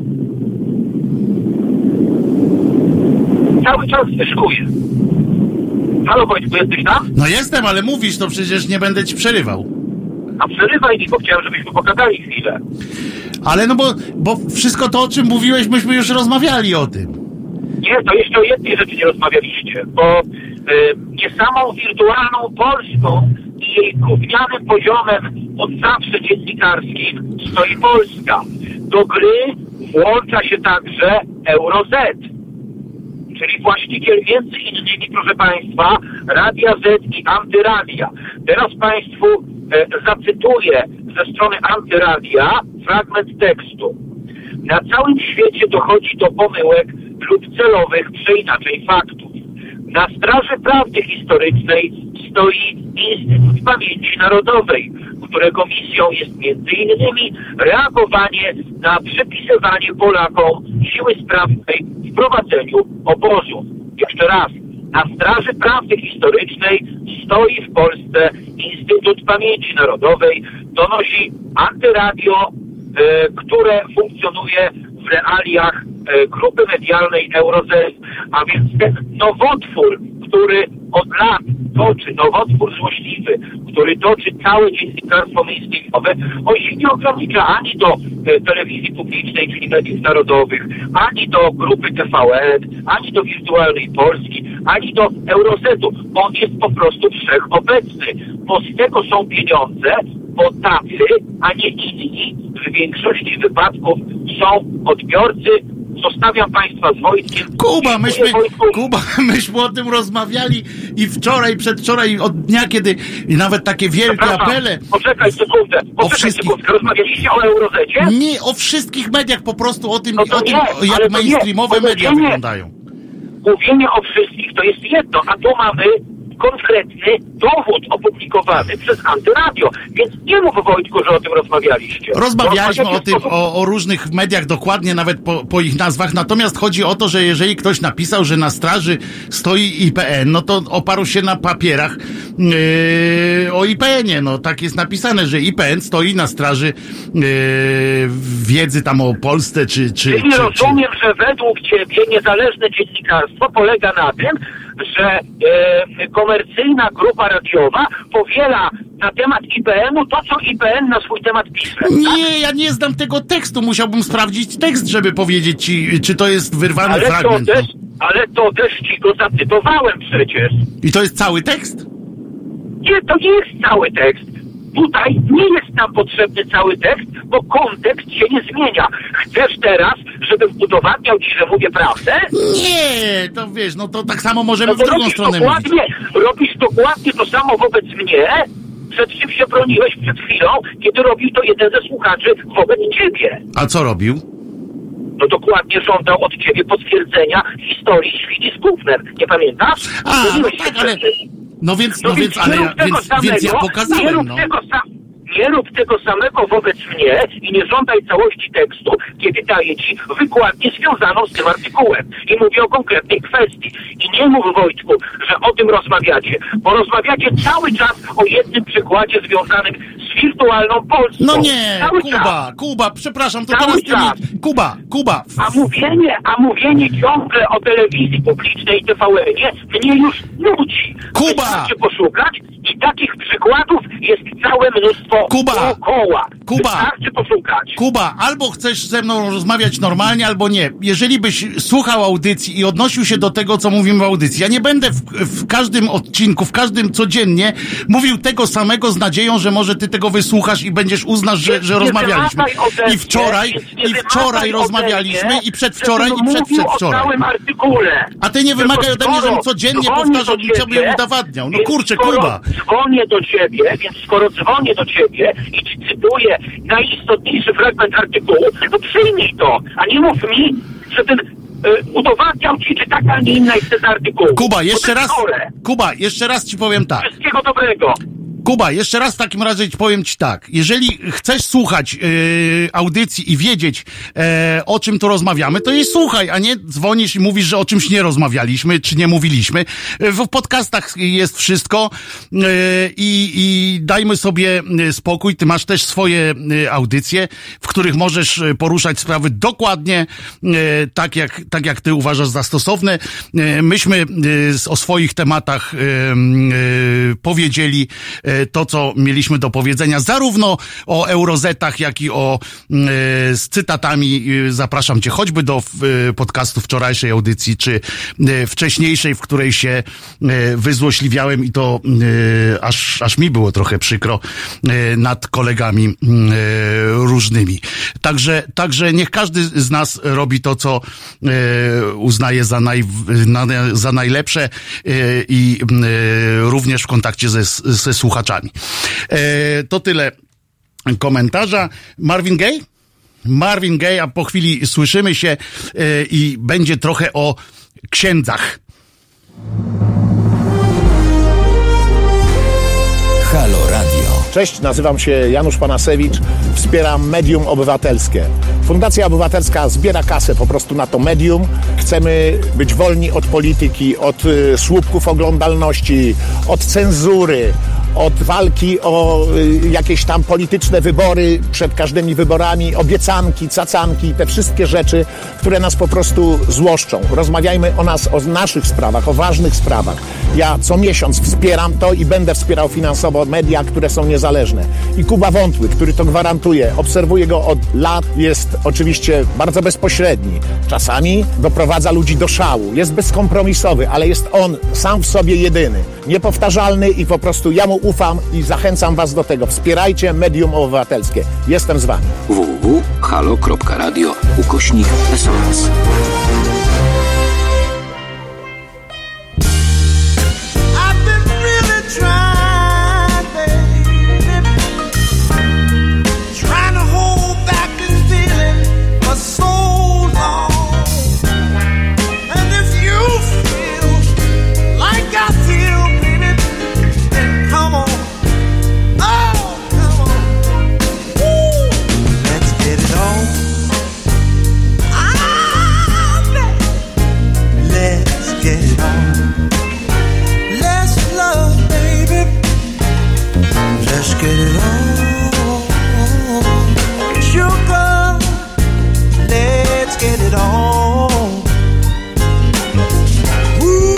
Cały czas zwyżkuje. Halo Wojtku, jesteś tam? No jestem, ale mówisz, to przecież nie będę ci przerywał. A przerywaj mi, bo chciałem, żebyśmy pogadali chwilę. Ale no bo wszystko to, o czym mówiłeś, myśmy już rozmawiali o tym. Nie, to jeszcze o jednej rzeczy nie rozmawialiście, bo nie samą wirtualną Polską i jej gównianym poziomem od zawsze dziennikarskim stoi Polska. Do gry włącza się także Euro Z, czyli właściciel między innymi, proszę Państwa, Radia Z i Antyradia. Teraz Państwu zacytuję ze strony Antyradia fragment tekstu. Na całym świecie dochodzi do pomyłek lub celowych przeinaczeń faktów. Na straży prawdy historycznej stoi Instytut Pamięci Narodowej, którego misją jest między innymi reagowanie na przypisywanie Polakom siły sprawnej w prowadzeniu obozów. Jeszcze raz. Na straży prawdy historycznej stoi w Polsce Instytut Pamięci Narodowej, donosi Antyradio, które funkcjonuje w realiach grupy medialnej Euro Z, a więc ten nowotwór, który od lat toczy, nowotwór złośliwy, który toczy całe dziennikarstwo mainstreamowe, on się nie ogranicza ani do telewizji publicznej, czyli mediów narodowych, ani do grupy TVN, ani do Wirtualnej Polski, ani do Eurosetu. On jest po prostu wszechobecny, bo z tego są pieniądze, bo tacy, a nie inni w większości wypadków są odbiorcy. Zostawiam Państwa z Wojtkiem. Kuba, myśmy o tym rozmawiali i wczoraj, przedwczoraj, od dnia, kiedy nawet takie wielkie apele. Poczekaj sekundę. Rozmawialiście o Eurozecie? Nie, o wszystkich mediach, po prostu o tym, jak mainstreamowe media wyglądają. Mówienie o wszystkich to jest jedno, a tu mamy konkretny dowód opublikowany przez Antyradio. Więc nie mów, Wojtku, że o tym rozmawialiście. Rozmawialiśmy o tym, o różnych mediach dokładnie, nawet po ich nazwach. Natomiast chodzi o to, że jeżeli ktoś napisał, że na straży stoi IPN, no to oparł się na papierach o IPN-ie. No tak jest napisane, że IPN stoi na straży wiedzy tam o Polsce, Czyli rozumiem, że według Ciebie niezależne dziennikarstwo polega na tym, że komercyjna grupa radiowa powiela na temat IPN-u to, co IPN na swój temat pisze. Nie, ja nie znam tego tekstu. Musiałbym sprawdzić tekst, żeby powiedzieć ci, czy to jest wyrwany fragment. Ale to też ci go zacytowałem przecież. I to jest cały tekst? Nie, to nie jest cały tekst. Tutaj nie jest nam potrzebny cały tekst, bo kontekst się nie zmienia. Chcesz teraz, żebym udowadniał ci, że mówię prawdę? Nie, to wiesz, no to tak samo możemy w drugą stronę mówić. Robisz dokładnie to samo wobec mnie, przed czym się broniłeś przed chwilą, kiedy robił to jeden ze słuchaczy wobec ciebie. A co robił? No dokładnie żądał od ciebie potwierdzenia historii świni z Gównem. Nie pamiętasz? A, no tak, ale... No więc ja pokazałem, Nie rób tego samego wobec mnie i nie żądaj całości tekstu, kiedy daję ci wykładnię związaną z tym artykułem. I mówię o konkretnej kwestii. I nie mów, Wojtku, że o tym rozmawiacie, bo rozmawiacie cały czas o jednym przykładzie związanym z wirtualną Polską. No nie, Kuba, przepraszam, to teraz ty Kuba. A mówienie ciągle o telewizji publicznej i TVN-ie mnie już nudzi. Kuba! Wystarczy poszukać i takich przykładów jest całe mnóstwo dookoła. Wystarczy poszukać. Kuba, albo chcesz ze mną rozmawiać normalnie, albo nie. Jeżeli byś słuchał audycji i odnosił się do tego, co mówimy w audycji, ja nie będę w każdym odcinku, w każdym codziennie mówił tego samego z nadzieją, że może ty tego wysłuchasz i będziesz uznać, że rozmawialiśmy. I wczoraj rozmawialiśmy, i przedwczoraj, i przedwczoraj. A ty nie wymagaj ode mnie, żebym codziennie powtarzał i ciebie udowadniał. No kurczę, Kuba. Dzwonię do ciebie, więc skoro dzwonię do ciebie i ci cytuję najistotniejszy fragment artykułu, to przyjmij to, a nie mów mi, że ten udowadniał ci, czy taka, a nie inna jest ten artykuł. Kuba, jeszcze raz ci powiem tak. Wszystkiego dobrego. Kuba, jeszcze raz w takim razie powiem ci tak. Jeżeli chcesz słuchać audycji i wiedzieć, o czym tu rozmawiamy, to jej słuchaj, a nie dzwonisz i mówisz, że o czymś nie rozmawialiśmy, czy nie mówiliśmy. W podcastach jest wszystko i dajmy sobie spokój. Ty masz też swoje audycje, w których możesz poruszać sprawy dokładnie tak jak ty uważasz za stosowne. Myśmy o swoich tematach powiedzieli to, co mieliśmy do powiedzenia, zarówno o Eurozetach, jak i z cytatami. Zapraszam cię choćby do podcastu wczorajszej audycji, czy wcześniejszej, w której się wyzłośliwiałem i to aż mi było trochę przykro nad kolegami różnymi. Także niech każdy z nas robi to, co uznaje za najlepsze i również w kontakcie ze słuchaczami. To tyle komentarza. Marvin Gaye, a po chwili słyszymy się i będzie trochę o księdzach. Halo Radio. Cześć, nazywam się Janusz Panasewicz, wspieram Medium Obywatelskie. Fundacja Obywatelska zbiera kasę po prostu na to medium. Chcemy być wolni od polityki, od słupków oglądalności, od cenzury, od walki o jakieś tam polityczne wybory, przed każdymi wyborami, obiecanki, cacanki, te wszystkie rzeczy, które nas po prostu złoszczą. Rozmawiajmy o naszych sprawach, o ważnych sprawach. Ja co miesiąc wspieram to i będę wspierał finansowo media, które są niezależne. I Kuba Wątły, który to gwarantuje, obserwuję go od lat, jest oczywiście bardzo bezpośredni. Czasami doprowadza ludzi do szału, jest bezkompromisowy, ale jest on sam w sobie jedyny, niepowtarzalny i po prostu ja mu ufam i zachęcam was do tego. Wspierajcie Medium Obywatelskie. Jestem z wami. www.halo.radio/SOS. Get it on, sugar, let's get it on. Ooh,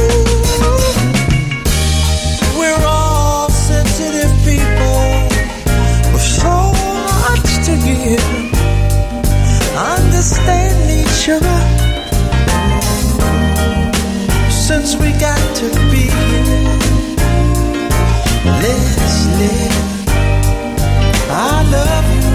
we're all sensitive people with so much to give. Understand each other since we got to be here. Let's live. I love you.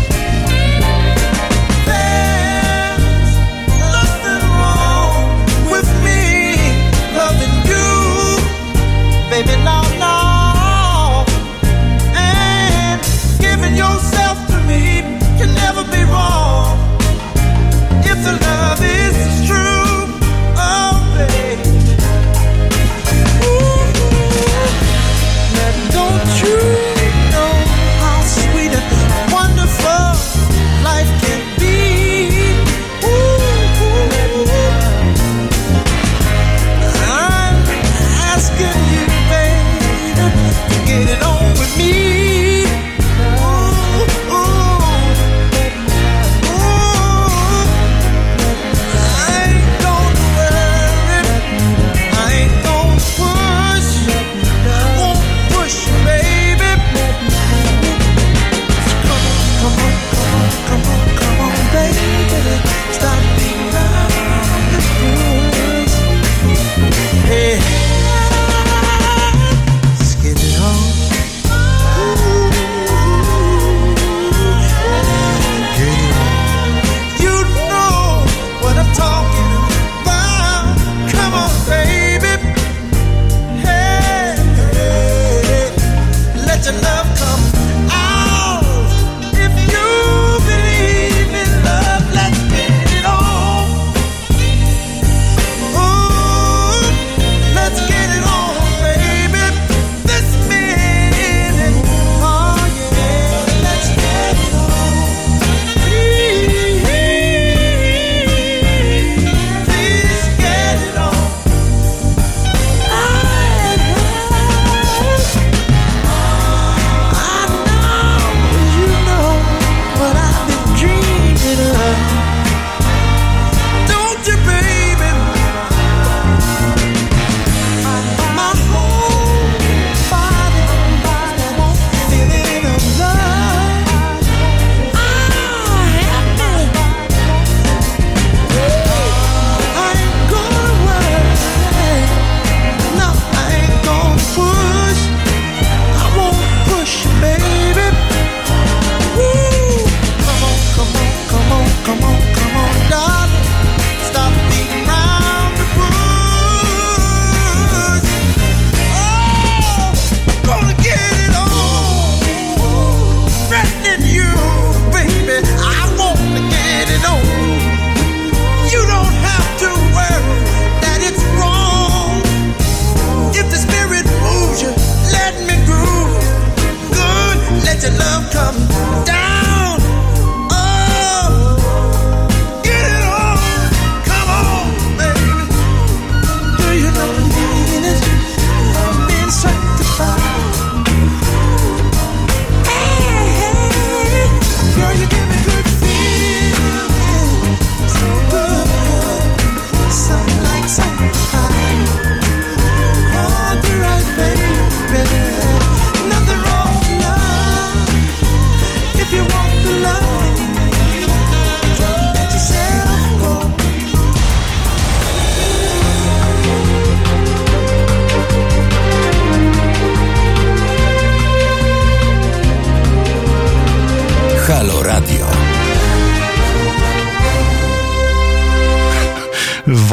There's nothing wrong with me loving you, baby. No, no. And giving yourself to me can never be wrong if the love is true. Oh, baby. Ooh, now don't you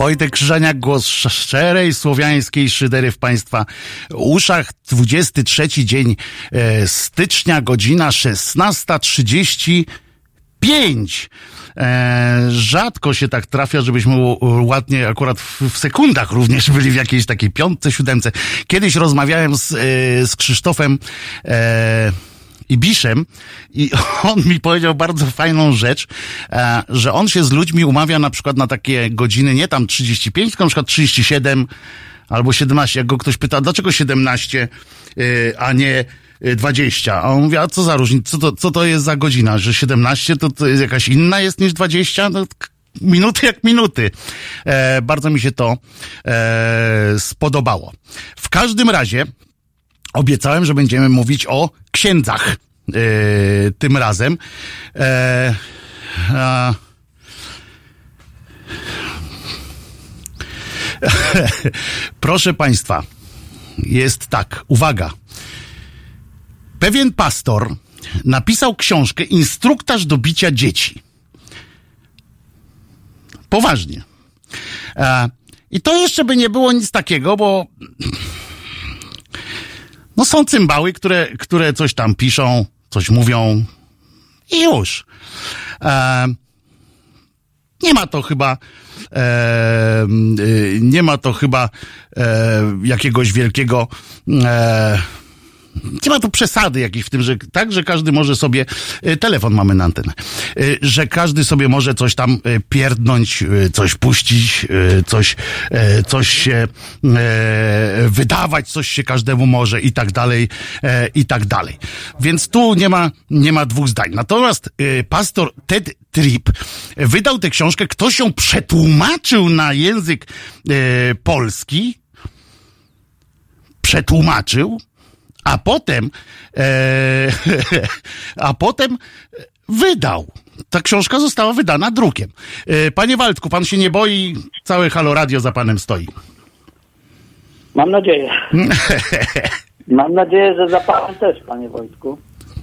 Wojtek Krzyżaniak, głos szczerej słowiańskiej szydery w Państwa uszach. 23 dzień stycznia, godzina 16:35. Rzadko się tak trafia, żebyśmy ładnie akurat w sekundach również byli w jakiejś takiej 5., 7. Kiedyś rozmawiałem z Krzysztofem Ibiszem i on mi powiedział bardzo fajną rzecz, że on się z ludźmi umawia na przykład na takie godziny, nie tam 35, tylko na przykład 37 albo 17. Jak go ktoś pyta, dlaczego 17, a nie 20? A on mówi, a co za różnica, co to jest za godzina, że 17 to jest jakaś inna jest niż 20? No, minuty jak minuty. Bardzo mi się to spodobało. W każdym razie obiecałem, że będziemy mówić o księdzach tym razem. Proszę Państwa, jest tak, uwaga. Pewien pastor napisał książkę Instruktaż do bicia dzieci. Poważnie. I to jeszcze by nie było nic takiego, bo no są cymbały, które coś tam piszą, coś mówią i już. Nie ma to chyba jakiegoś wielkiego nie ma tu przesady jakiejś w tym, że tak, że każdy może sobie, telefon mamy na antenę, że każdy sobie może coś tam pierdnąć, coś puścić, coś się wydawać, coś się każdemu może i tak dalej, i tak dalej. Więc tu nie ma dwóch zdań. Natomiast pastor Ted Tripp wydał tę książkę, ktoś ją przetłumaczył na język polski, a potem wydał. Ta książka została wydana drukiem. Panie Waldku, pan się nie boi? Całe Halo Radio za panem stoi. Mam nadzieję. Mam nadzieję, że za panem też, panie Wojtku.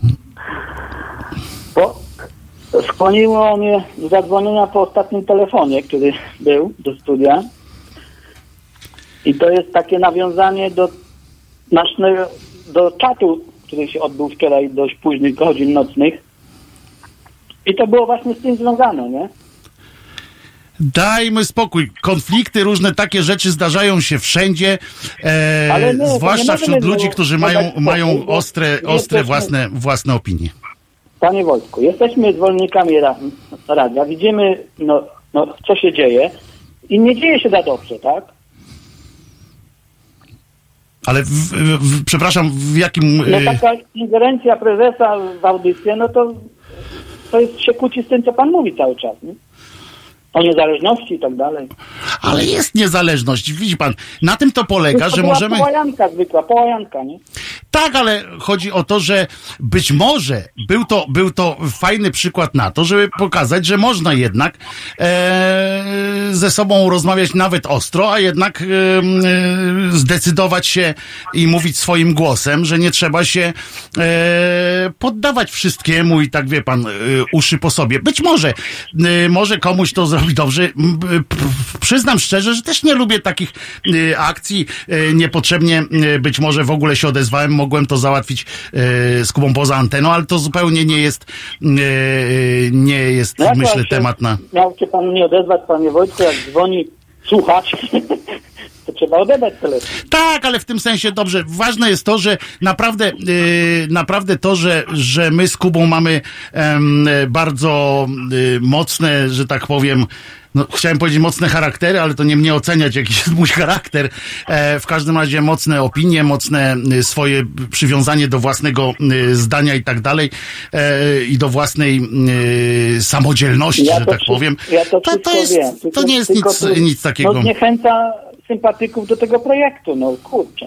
Bo skłoniło mnie do zadzwonienia po ostatnim telefonie, który był do studia. I to jest takie nawiązanie do czatu, który się odbył wczoraj dość późnych godzin nocnych. I to było właśnie z tym związane, nie? Dajmy spokój. Konflikty, różne takie rzeczy zdarzają się wszędzie, zwłaszcza wśród ludzi, którzy mają ostre własne opinie. Panie Wojtku, jesteśmy zwolennikami radia, widzimy, co się dzieje i nie dzieje się za dobrze, tak? Ale przepraszam, w jakim... taka ingerencja prezesa w audycję, to jest się kłóci z tym, co pan mówi cały czas, nie? O niezależności i tak dalej. Ale jest niezależność, widzi pan. Na tym to polega, że możemy... zwykła połajanka, nie? Tak, ale chodzi o to, że być może był to fajny przykład na to, żeby pokazać, że można jednak ze sobą rozmawiać nawet ostro, a jednak zdecydować się i mówić swoim głosem, że nie trzeba się poddawać wszystkiemu i tak, wie pan, uszy po sobie. Być może komuś to zrobi dobrze. Przyznam szczerze, że też nie lubię takich akcji. Niepotrzebnie być może w ogóle się odezwałem. Mogłem to załatwić z Kubą poza anteną, ale to zupełnie nie jest myślę, temat na... Miał się pan nie odezwać, panie Wojtku, jak dzwoni słuchacz, to trzeba odebrać telefon. Tak, ale w tym sensie dobrze. Ważne jest to, że naprawdę to, że my z Kubą mamy bardzo mocne, że tak powiem, chciałem powiedzieć mocne charaktery, ale to nie mnie oceniać, jaki jest mój charakter. W każdym razie mocne opinie, mocne swoje przywiązanie do własnego zdania i tak dalej, i do własnej samodzielności, że tak powiem. Ja to jest, wiem. To nie jest nic takiego. Zniechęca sympatyków do tego projektu, kurczę.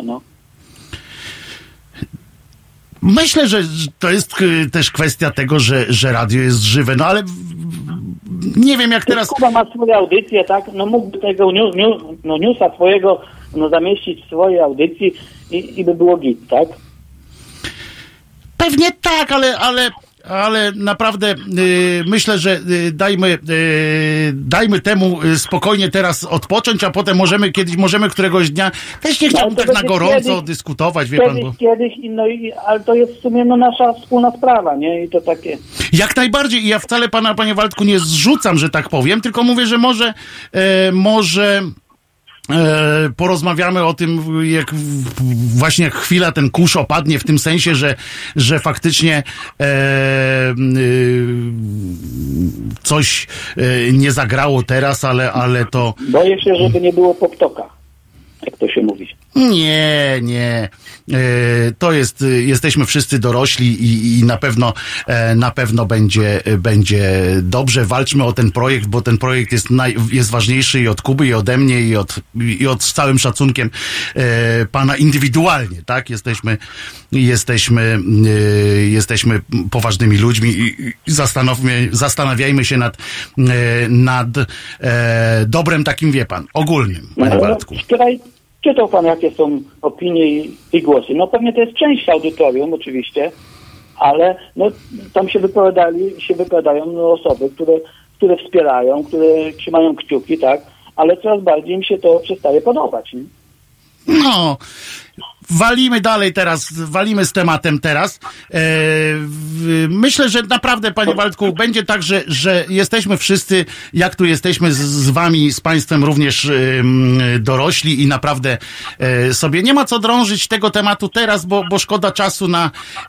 Myślę, że to jest też kwestia tego, że radio jest żywe, ale nie wiem jak teraz... Kuba ma swoje audycje, tak? Mógłby tego newsa swojego zamieścić w swojej audycji i by było git, tak? Pewnie tak, ale ale naprawdę myślę, że dajmy temu spokojnie teraz odpocząć, a potem możemy któregoś dnia, też nie chciałbym tak na gorąco dyskutować, wie pan. Kiedyś, ale to jest w sumie nasza wspólna sprawa, nie? I to takie... Jak najbardziej i ja wcale panie Waldku, nie zrzucam, że tak powiem, tylko mówię, że może porozmawiamy o tym, jak chwila ten kurz opadnie, w tym sensie, że faktycznie coś nie zagrało teraz, ale to... Boję się, żeby nie było poptoka, jak to się mówi. Nie. To jesteśmy wszyscy dorośli i na pewno będzie dobrze. Walczmy o ten projekt, bo ten projekt jest ważniejszy i od Kuby, i ode mnie, i od z całym szacunkiem pana indywidualnie, tak? Jesteśmy poważnymi ludźmi i zastanawiajmy się nad dobrem takim, wie pan, ogólnym, panie Bartku. Czytał pan, jakie są opinie i głosy. No pewnie to jest część audytorium oczywiście, ale no, tam się wypowiadają osoby, które wspierają, które trzymają kciuki, tak, ale coraz bardziej mi się to przestaje podobać. Nie? No, walimy dalej teraz, walimy z tematem teraz. Myślę, że naprawdę, panie Waldku, będzie tak, że jesteśmy wszyscy, jak tu jesteśmy z wami, z państwem również dorośli i naprawdę sobie nie ma co drążyć tego tematu teraz, bo szkoda czasu na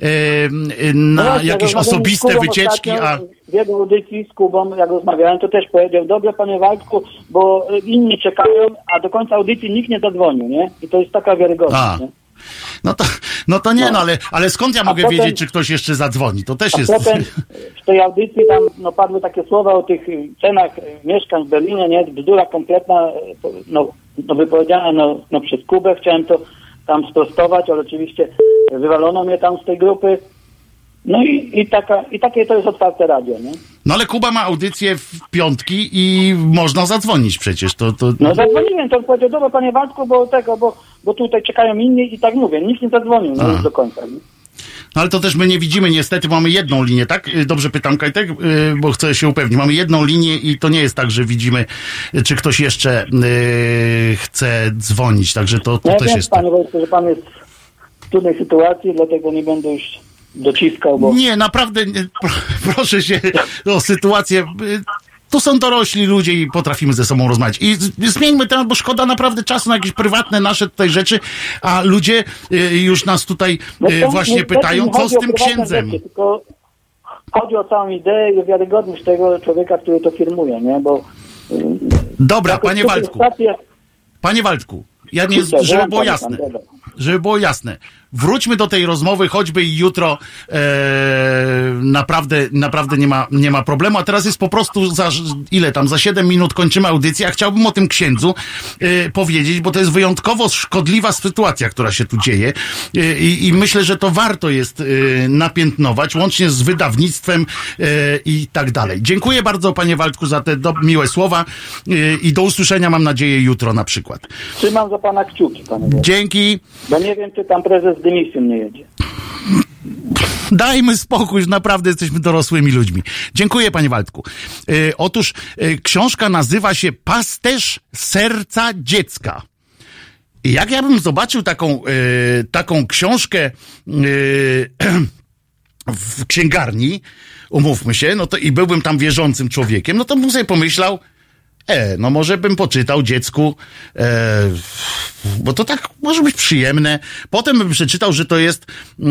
jakieś osobiste wycieczki. W jego audycji z Kubą, jak rozmawiałem, to też powiedział, dobrze, panie Waldku, bo inni czekają, a do końca audycji nikt nie zadzwonił, nie? I to jest taka wiarygodność, nie? No to nie, ale skąd ja mogę wiedzieć, czy ktoś jeszcze zadzwoni? To też jest... Potem w tej audycji tam padły takie słowa o tych cenach mieszkań w Berlinie, nie? Bzdura kompletna, wypowiedziana przez Kubę. Chciałem to tam sprostować, ale oczywiście wywalono mnie tam z tej grupy. No i takie to jest otwarte radio, nie? No ale Kuba ma audycję w piątki i można zadzwonić przecież. No zadzwoniłem, to powiedział, dobra, panie Waldku, bo tutaj czekają inni i tak mówię, nikt nie zadzwonił już do końca. Nie? No ale to też my nie widzimy, niestety mamy jedną linię, tak? Dobrze pytam, Kajtek, bo chcę się upewnić. Mamy jedną linię i to nie jest tak, że widzimy, czy ktoś jeszcze chce dzwonić, także to też jest... Panie Wojtku, że pan jest w trudnej sytuacji, dlatego nie będę już dociskał, bo... Nie, naprawdę, proszę się o sytuację. Tu są dorośli ludzie i potrafimy ze sobą rozmawiać. I zmieńmy temat, bo szkoda naprawdę czasu na jakieś prywatne nasze tutaj rzeczy, a ludzie już nas tutaj właśnie pytają, co z tym księdzem. Rzeczy, tylko chodzi o całą ideę i o wiarygodność tego człowieka, który to firmuje, nie? Bo... Dobra, panie Waldku. Panie Waldku, żeby było jasne, wróćmy do tej rozmowy, choćby i jutro, naprawdę nie ma problemu, a teraz jest po prostu za 7 minut kończymy audycję, a chciałbym o tym księdzu powiedzieć, bo to jest wyjątkowo szkodliwa sytuacja, która się tu dzieje i myślę, że to warto jest napiętnować, łącznie z wydawnictwem i tak dalej. Dziękuję bardzo, panie Waldku, za te miłe słowa i do usłyszenia, mam nadzieję, jutro na przykład. Trzymam za pana kciuki, panie Waldku. Dzięki. Bo nie wiem, czy tam prezes z dymisją nie jedzie. Dajmy spokój, że naprawdę jesteśmy dorosłymi ludźmi. Dziękuję, panie Waldku. Otóż książka nazywa się Pasterz serca dziecka. I jak ja bym zobaczył taką książkę w księgarni, umówmy się, no to i byłbym tam wierzącym człowiekiem, no to bym sobie pomyślał, no może bym poczytał dziecku, bo to tak może być przyjemne. Potem bym przeczytał, że to jest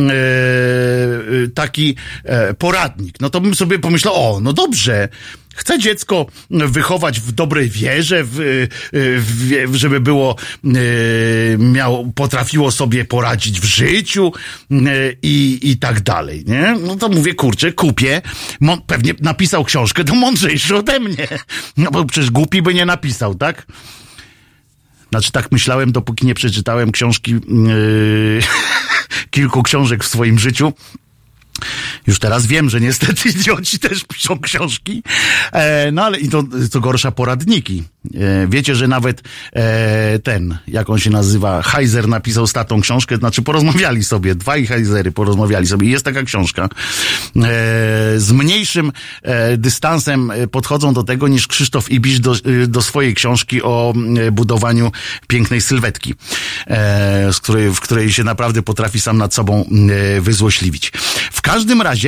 taki poradnik. No to bym sobie pomyślał, no dobrze, chcę dziecko wychować w dobrej wierze, żeby było, potrafiło sobie poradzić w życiu i tak dalej, nie? No to mówię, kurczę, kupię. Pewnie napisał książkę, to mądrzejszy ode mnie. No bo przecież głupi by nie napisał, tak? Znaczy tak myślałem, dopóki nie przeczytałem książki, kilku książek w swoim życiu. Już teraz wiem, że niestety idioci też piszą książki, no ale i to co gorsza poradniki. Wiecie, że nawet ten, jak on się nazywa, Heiser napisał z tatą książkę, znaczy porozmawiali sobie, dwaj Heisery porozmawiali sobie. Jest taka książka. Z mniejszym dystansem podchodzą do tego niż Krzysztof Ibisz do swojej książki o budowaniu pięknej sylwetki, w której się naprawdę potrafi sam nad sobą wyzłośliwić. W każdym razie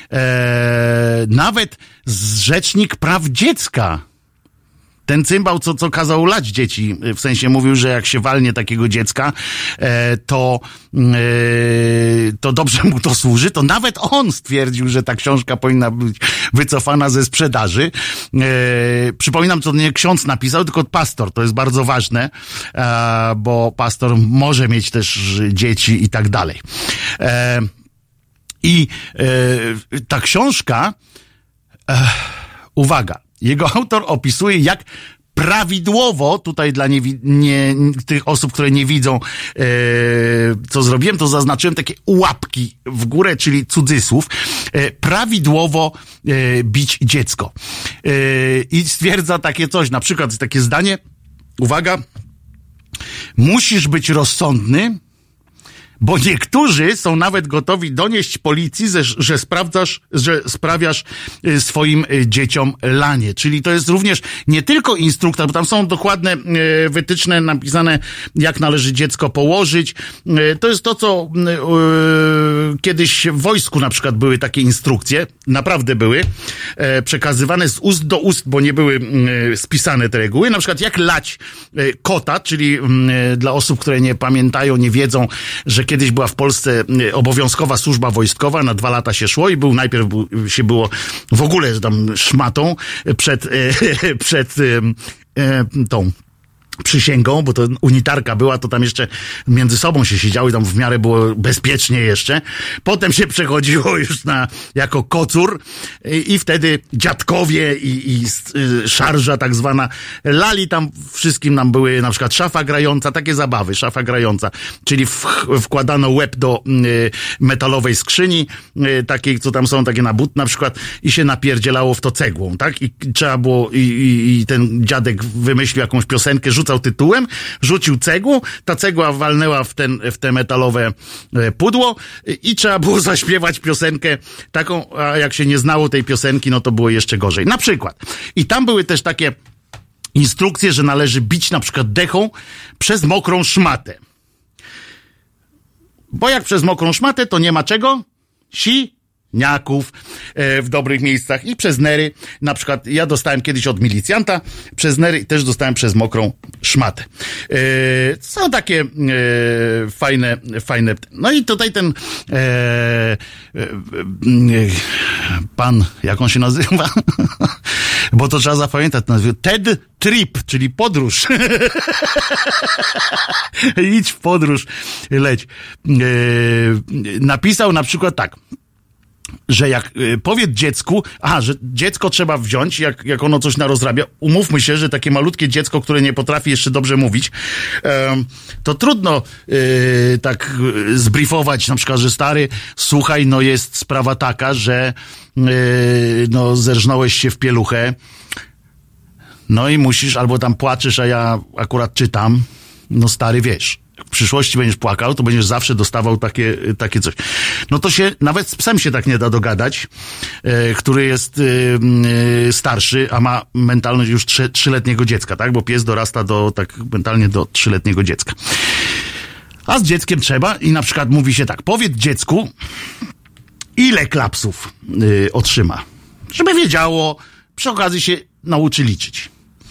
nawet rzecznik praw dziecka, ten cymbał, co kazał lać dzieci, w sensie mówił, że jak się walnie takiego dziecka, to dobrze mu to służy, to nawet on stwierdził, że ta książka powinna być wycofana ze sprzedaży. Przypominam, to nie ksiądz napisał, tylko pastor. To jest bardzo ważne, bo pastor może mieć też dzieci i tak dalej. I ta książka, uwaga, jego autor opisuje, jak prawidłowo, tutaj dla tych osób, które nie widzą, co zrobiłem, to zaznaczyłem takie łapki w górę, czyli cudzysłów, prawidłowo bić dziecko. I stwierdza takie coś, na przykład takie zdanie, uwaga, musisz być rozsądny, bo niektórzy są nawet gotowi donieść policji, że sprawiasz swoim dzieciom lanie. Czyli to jest również nie tylko instruktor, bo tam są dokładne wytyczne napisane, jak należy dziecko położyć. To jest to, co kiedyś w wojsku na przykład były takie instrukcje, naprawdę były, przekazywane z ust do ust, bo nie były spisane te reguły. Na przykład jak lać kota, czyli dla osób, które nie pamiętają, nie wiedzą, że kiedyś była w Polsce obowiązkowa służba wojskowa, na 2 lata się szło i najpierw się było w ogóle tam szmatą przed tą przysięgą, bo to unitarka była, to tam jeszcze między sobą się siedziało i tam w miarę było bezpiecznie jeszcze. Potem się przechodziło już jako kocur i wtedy dziadkowie i szarża tak zwana lali tam wszystkim, nam były na przykład szafa grająca, takie zabawy, szafa grająca, czyli wkładano łeb do metalowej skrzyni, takiej, co tam są, takie na but na przykład, i się napierdzielało w to cegłą, tak? I trzeba było, i ten dziadek wymyślił jakąś piosenkę, rzucał tytułem, rzucił cegłą, ta cegła walnęła w te metalowe pudło i trzeba było zaśpiewać piosenkę taką, a jak się nie znało tej piosenki, no to było jeszcze gorzej. Na przykład. I tam były też takie instrukcje, że należy bić na przykład dechą przez mokrą szmatę. Bo jak przez mokrą szmatę, to nie ma czego? Siniaków w dobrych miejscach i przez nery. Na przykład ja dostałem kiedyś od milicjanta przez nery i też dostałem przez mokrą szmatę. Są takie fajne. No i tutaj ten pan, jak on się nazywa? Bo to trzeba zapamiętać. Ted Trip, czyli podróż. Idź w podróż, leć. Napisał na przykład tak, że jak powiedz dziecku, że dziecko trzeba wziąć, jak ono coś narozrabia, umówmy się, że takie malutkie dziecko, które nie potrafi jeszcze dobrze mówić, to trudno tak zbriefować, na przykład, że stary, słuchaj, no jest sprawa taka, że no zerżnąłeś się w pieluchę, no i musisz, albo tam płaczesz, a ja akurat czytam, no stary, wiesz, w przyszłości będziesz płakał, to będziesz zawsze dostawał takie coś. No to się, nawet z psem się tak nie da dogadać, który jest starszy, a ma mentalność już 3-letniego dziecka, tak? Bo pies dorasta mentalnie do 3-letniego dziecka. A z dzieckiem trzeba i na przykład mówi się tak, powiedz dziecku, ile klapsów otrzyma, żeby wiedziało, przy okazji się nauczy liczyć.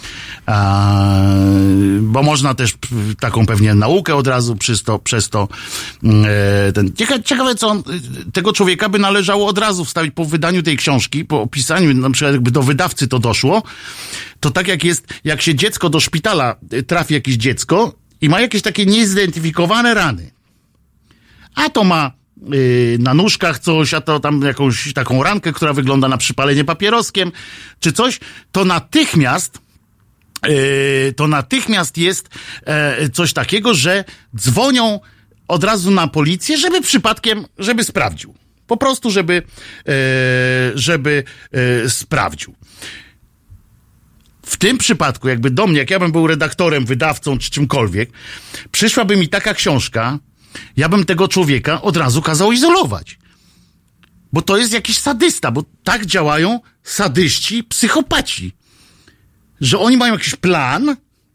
Bo można też taką pewnie naukę od razu przez to ciekawe co tego człowieka by należało od razu wstawić po wydaniu tej książki, po opisaniu, na przykład jakby do wydawcy to doszło, to tak jak się dziecko do szpitala trafi jakieś dziecko i ma jakieś takie niezidentyfikowane rany, a to ma na nóżkach coś, a to tam jakąś taką rankę, która wygląda na przypalenie papieroskiem, czy coś, to natychmiast jest coś takiego, że dzwonią od razu na policję, żeby przypadkiem, żeby sprawdził. Po prostu, żeby sprawdził. W tym przypadku, jakby do mnie, jak ja bym był redaktorem, wydawcą czy czymkolwiek, przyszłaby mi taka książka, ja bym tego człowieka od razu kazał izolować. Bo to jest jakiś sadysta, bo tak działają sadyści, psychopaci. Że oni mają jakiś plan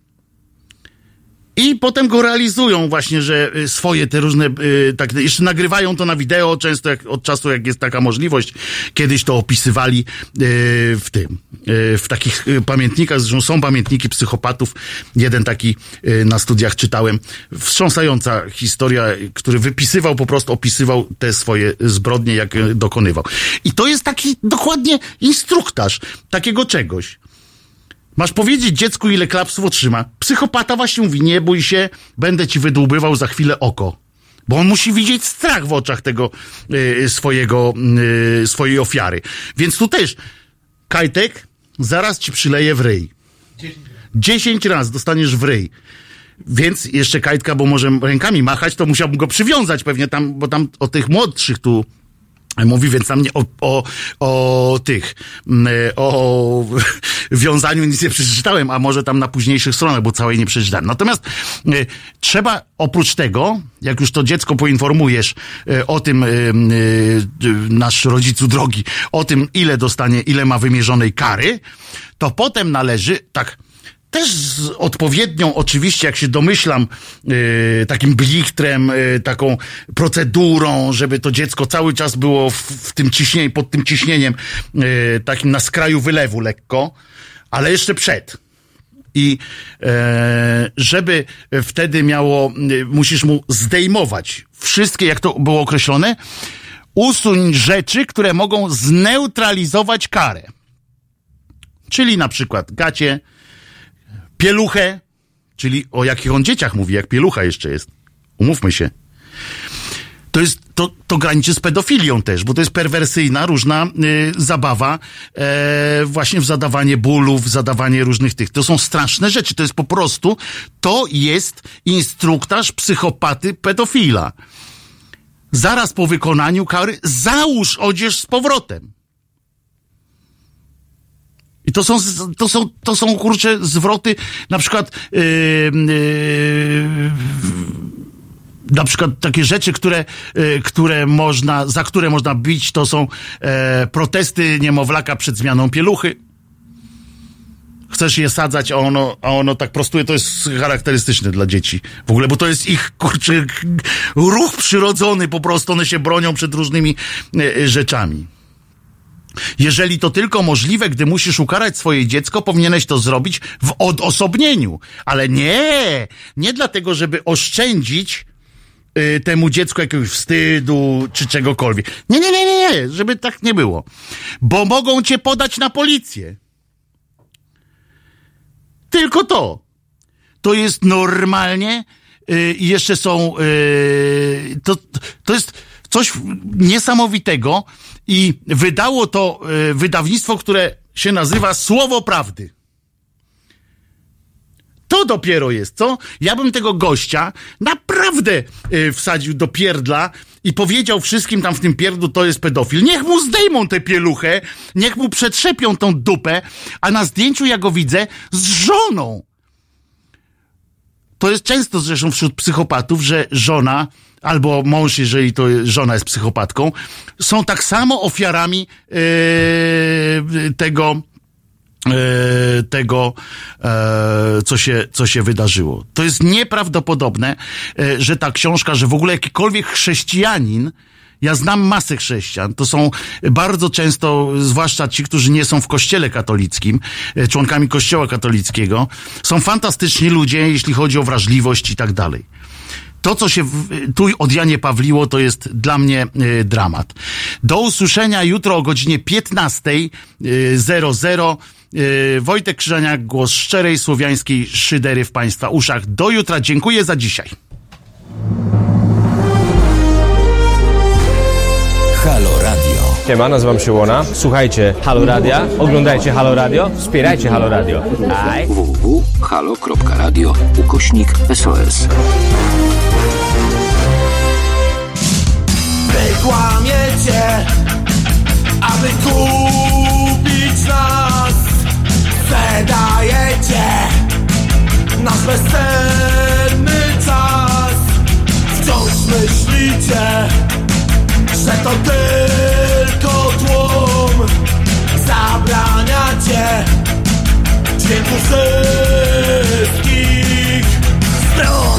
i potem go realizują właśnie, że swoje te różne, tak, jeszcze nagrywają to na wideo, często od czasu, jak jest taka możliwość. Kiedyś to opisywali w takich pamiętnikach, zresztą są pamiętniki psychopatów. Jeden taki na studiach czytałem. Wstrząsająca historia, który wypisywał, po prostu opisywał te swoje zbrodnie, jak dokonywał. I to jest taki dokładnie instruktaż takiego czegoś. Masz powiedzieć dziecku, ile klapsów otrzyma. Psychopata właśnie mówi, nie bój się, będę ci wydłubywał za chwilę oko. Bo on musi widzieć strach w oczach tego swojej ofiary. Więc tu też, Kajtek, zaraz ci przyleje w ryj. 10 razy dostaniesz w ryj. Więc jeszcze Kajtka, bo może rękami machać, to musiałbym go przywiązać pewnie tam, bo tam o tych młodszych tu mówi, więc tam nie o wiązaniu nic nie przeczytałem, a może tam na późniejszych stronach, bo całej nie przeczytałem. Natomiast trzeba oprócz tego, jak już to dziecko poinformujesz o tym, nasz rodzicu drogi, o tym, ile dostanie, ile ma wymierzonej kary, to potem należy, tak, też z odpowiednią, oczywiście, jak się domyślam, takim blichtrem, taką procedurą, żeby to dziecko cały czas było w tym ciśnieniu, pod tym ciśnieniem, takim na skraju wylewu lekko, ale jeszcze przed. I żeby wtedy musisz mu zdejmować wszystkie, jak to było określone, usuń rzeczy, które mogą zneutralizować karę. Czyli na przykład gacie, pieluchę, czyli o jakich on dzieciach mówi, jak pielucha jeszcze jest. Umówmy się. To graniczy z pedofilią też, bo to jest perwersyjna, różna zabawa właśnie w zadawanie bólów, w zadawanie różnych tych. To są straszne rzeczy. To jest po prostu, to jest instruktaż psychopaty pedofila. Zaraz po wykonaniu kary załóż odzież z powrotem. I to są kurczę zwroty, na przykład na przykład takie rzeczy, za które można bić, to są protesty niemowlaka przed zmianą pieluchy. Chcesz je sadzać, a ono tak prostuje, to jest charakterystyczne dla dzieci. W ogóle, bo to jest ich, kurczę, ruch przyrodzony, po prostu one się bronią przed różnymi rzeczami. Jeżeli to tylko możliwe, gdy musisz ukarać swoje dziecko, powinieneś to zrobić w odosobnieniu. Ale nie dlatego, żeby oszczędzić temu dziecku jakiegoś wstydu czy czegokolwiek. Nie, żeby tak nie było. Bo mogą cię podać na policję. Tylko to. To jest normalnie i jeszcze są... To jest coś niesamowitego i wydało to wydawnictwo, które się nazywa Słowo Prawdy. To dopiero jest, co? Ja bym tego gościa naprawdę wsadził do pierdla i powiedział wszystkim tam w tym pierdlu, to jest pedofil. Niech mu zdejmą tę pieluchę, niech mu przetrzepią tą dupę, a na zdjęciu ja go widzę z żoną. To jest często zresztą wśród psychopatów, że żona albo mąż, jeżeli to żona jest psychopatką, są tak samo ofiarami tego, co się wydarzyło. To jest nieprawdopodobne, że ta książka, że w ogóle jakikolwiek chrześcijanin, ja znam masę chrześcijan, to są bardzo często, zwłaszcza ci, którzy nie są w kościele katolickim, członkami kościoła katolickiego, są fantastyczni ludzie, jeśli chodzi o wrażliwość i tak dalej. To, co się tu odjanie Pawliło, to jest dla mnie dramat. Do usłyszenia jutro o godzinie 15:00. Wojtek Krzyżaniak, głos szczerej słowiańskiej szydery w Państwa uszach. Do jutra, dziękuję za dzisiaj. Halo Radio. Siema, nazywam się Łona. Słuchajcie Halo Radia, oglądajcie Halo Radio, wspierajcie Halo Radio. www.halo.radio/SOS. Wy kłamiecie, aby kupić nas. Sprzedajecie nasz bezcenny czas. Wciąż myślicie, że to tylko tłum. Zabraniacie dźwięku wszystkich stron.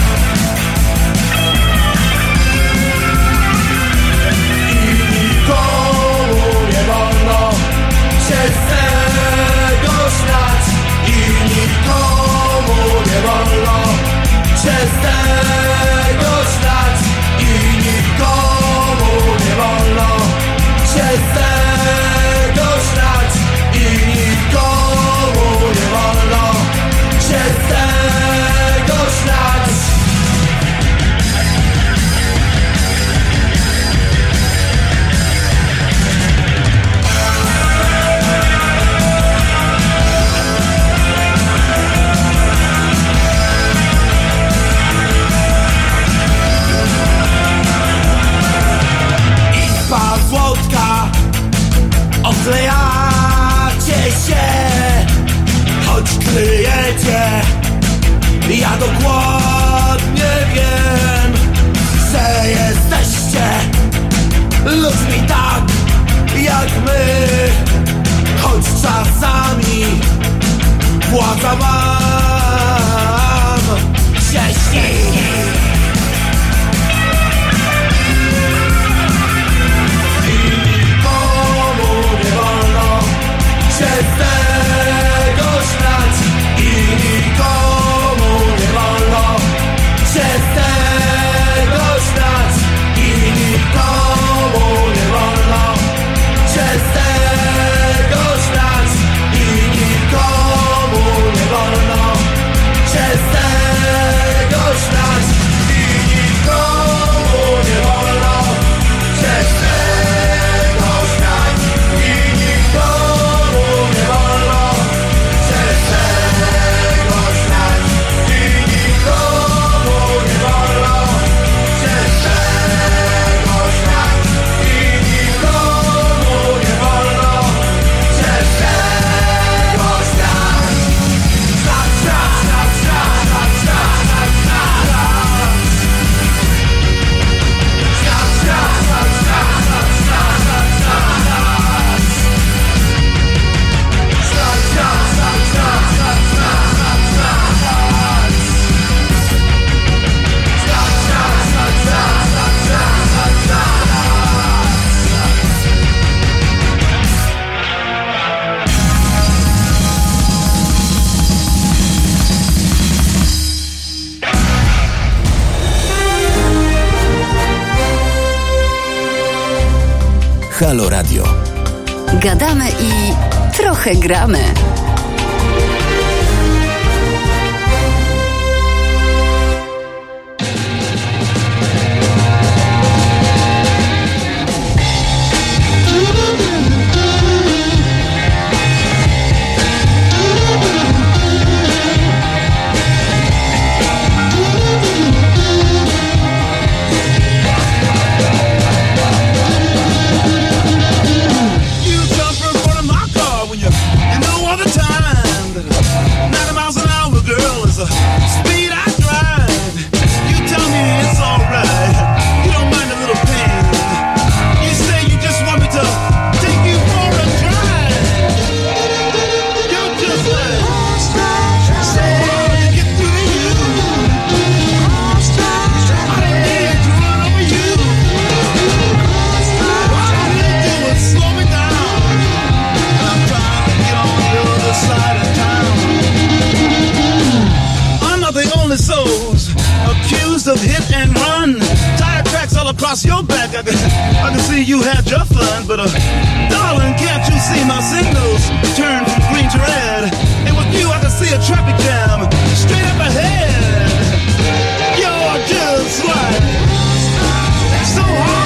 I nikomu nie wolno się z tego śmiać. I nikomu nie wolno się z tego śmiać. I nikomu nie wolno się z tego śmiać. I nikomu nie wolno się z tego śmiać. Słodka, oklejacie się, choć kryjecie. Ja dokładnie wiem, że jesteście ludźmi tak jak my, choć czasami władza wam się śni. Się z tego śmiać. I nikomu nie wolno się z tego śmiać. I nikomu nie wolno się z tego śmiać. I nikomu nie wolno się z tego śmiać. I nikomu nie wolno się z tego śmiać. I nikomu nie wolno się z tego śmiać. I nikomu nie wolno się z tego śmiać. I nikomu nie wolno się z tego śmiać. Śmiać, śmiać, śmiać, śmiać, śmiać, śmiać, śmiać, śmiać, śmiać, Halo Radio. Gadamy i trochę gramy. Of hit and run, tire tracks all across your back. I can see you had your fun, but darling, can't you see my signals turn from green to red? And with you, I can see a traffic jam straight up ahead. You're just like so hard.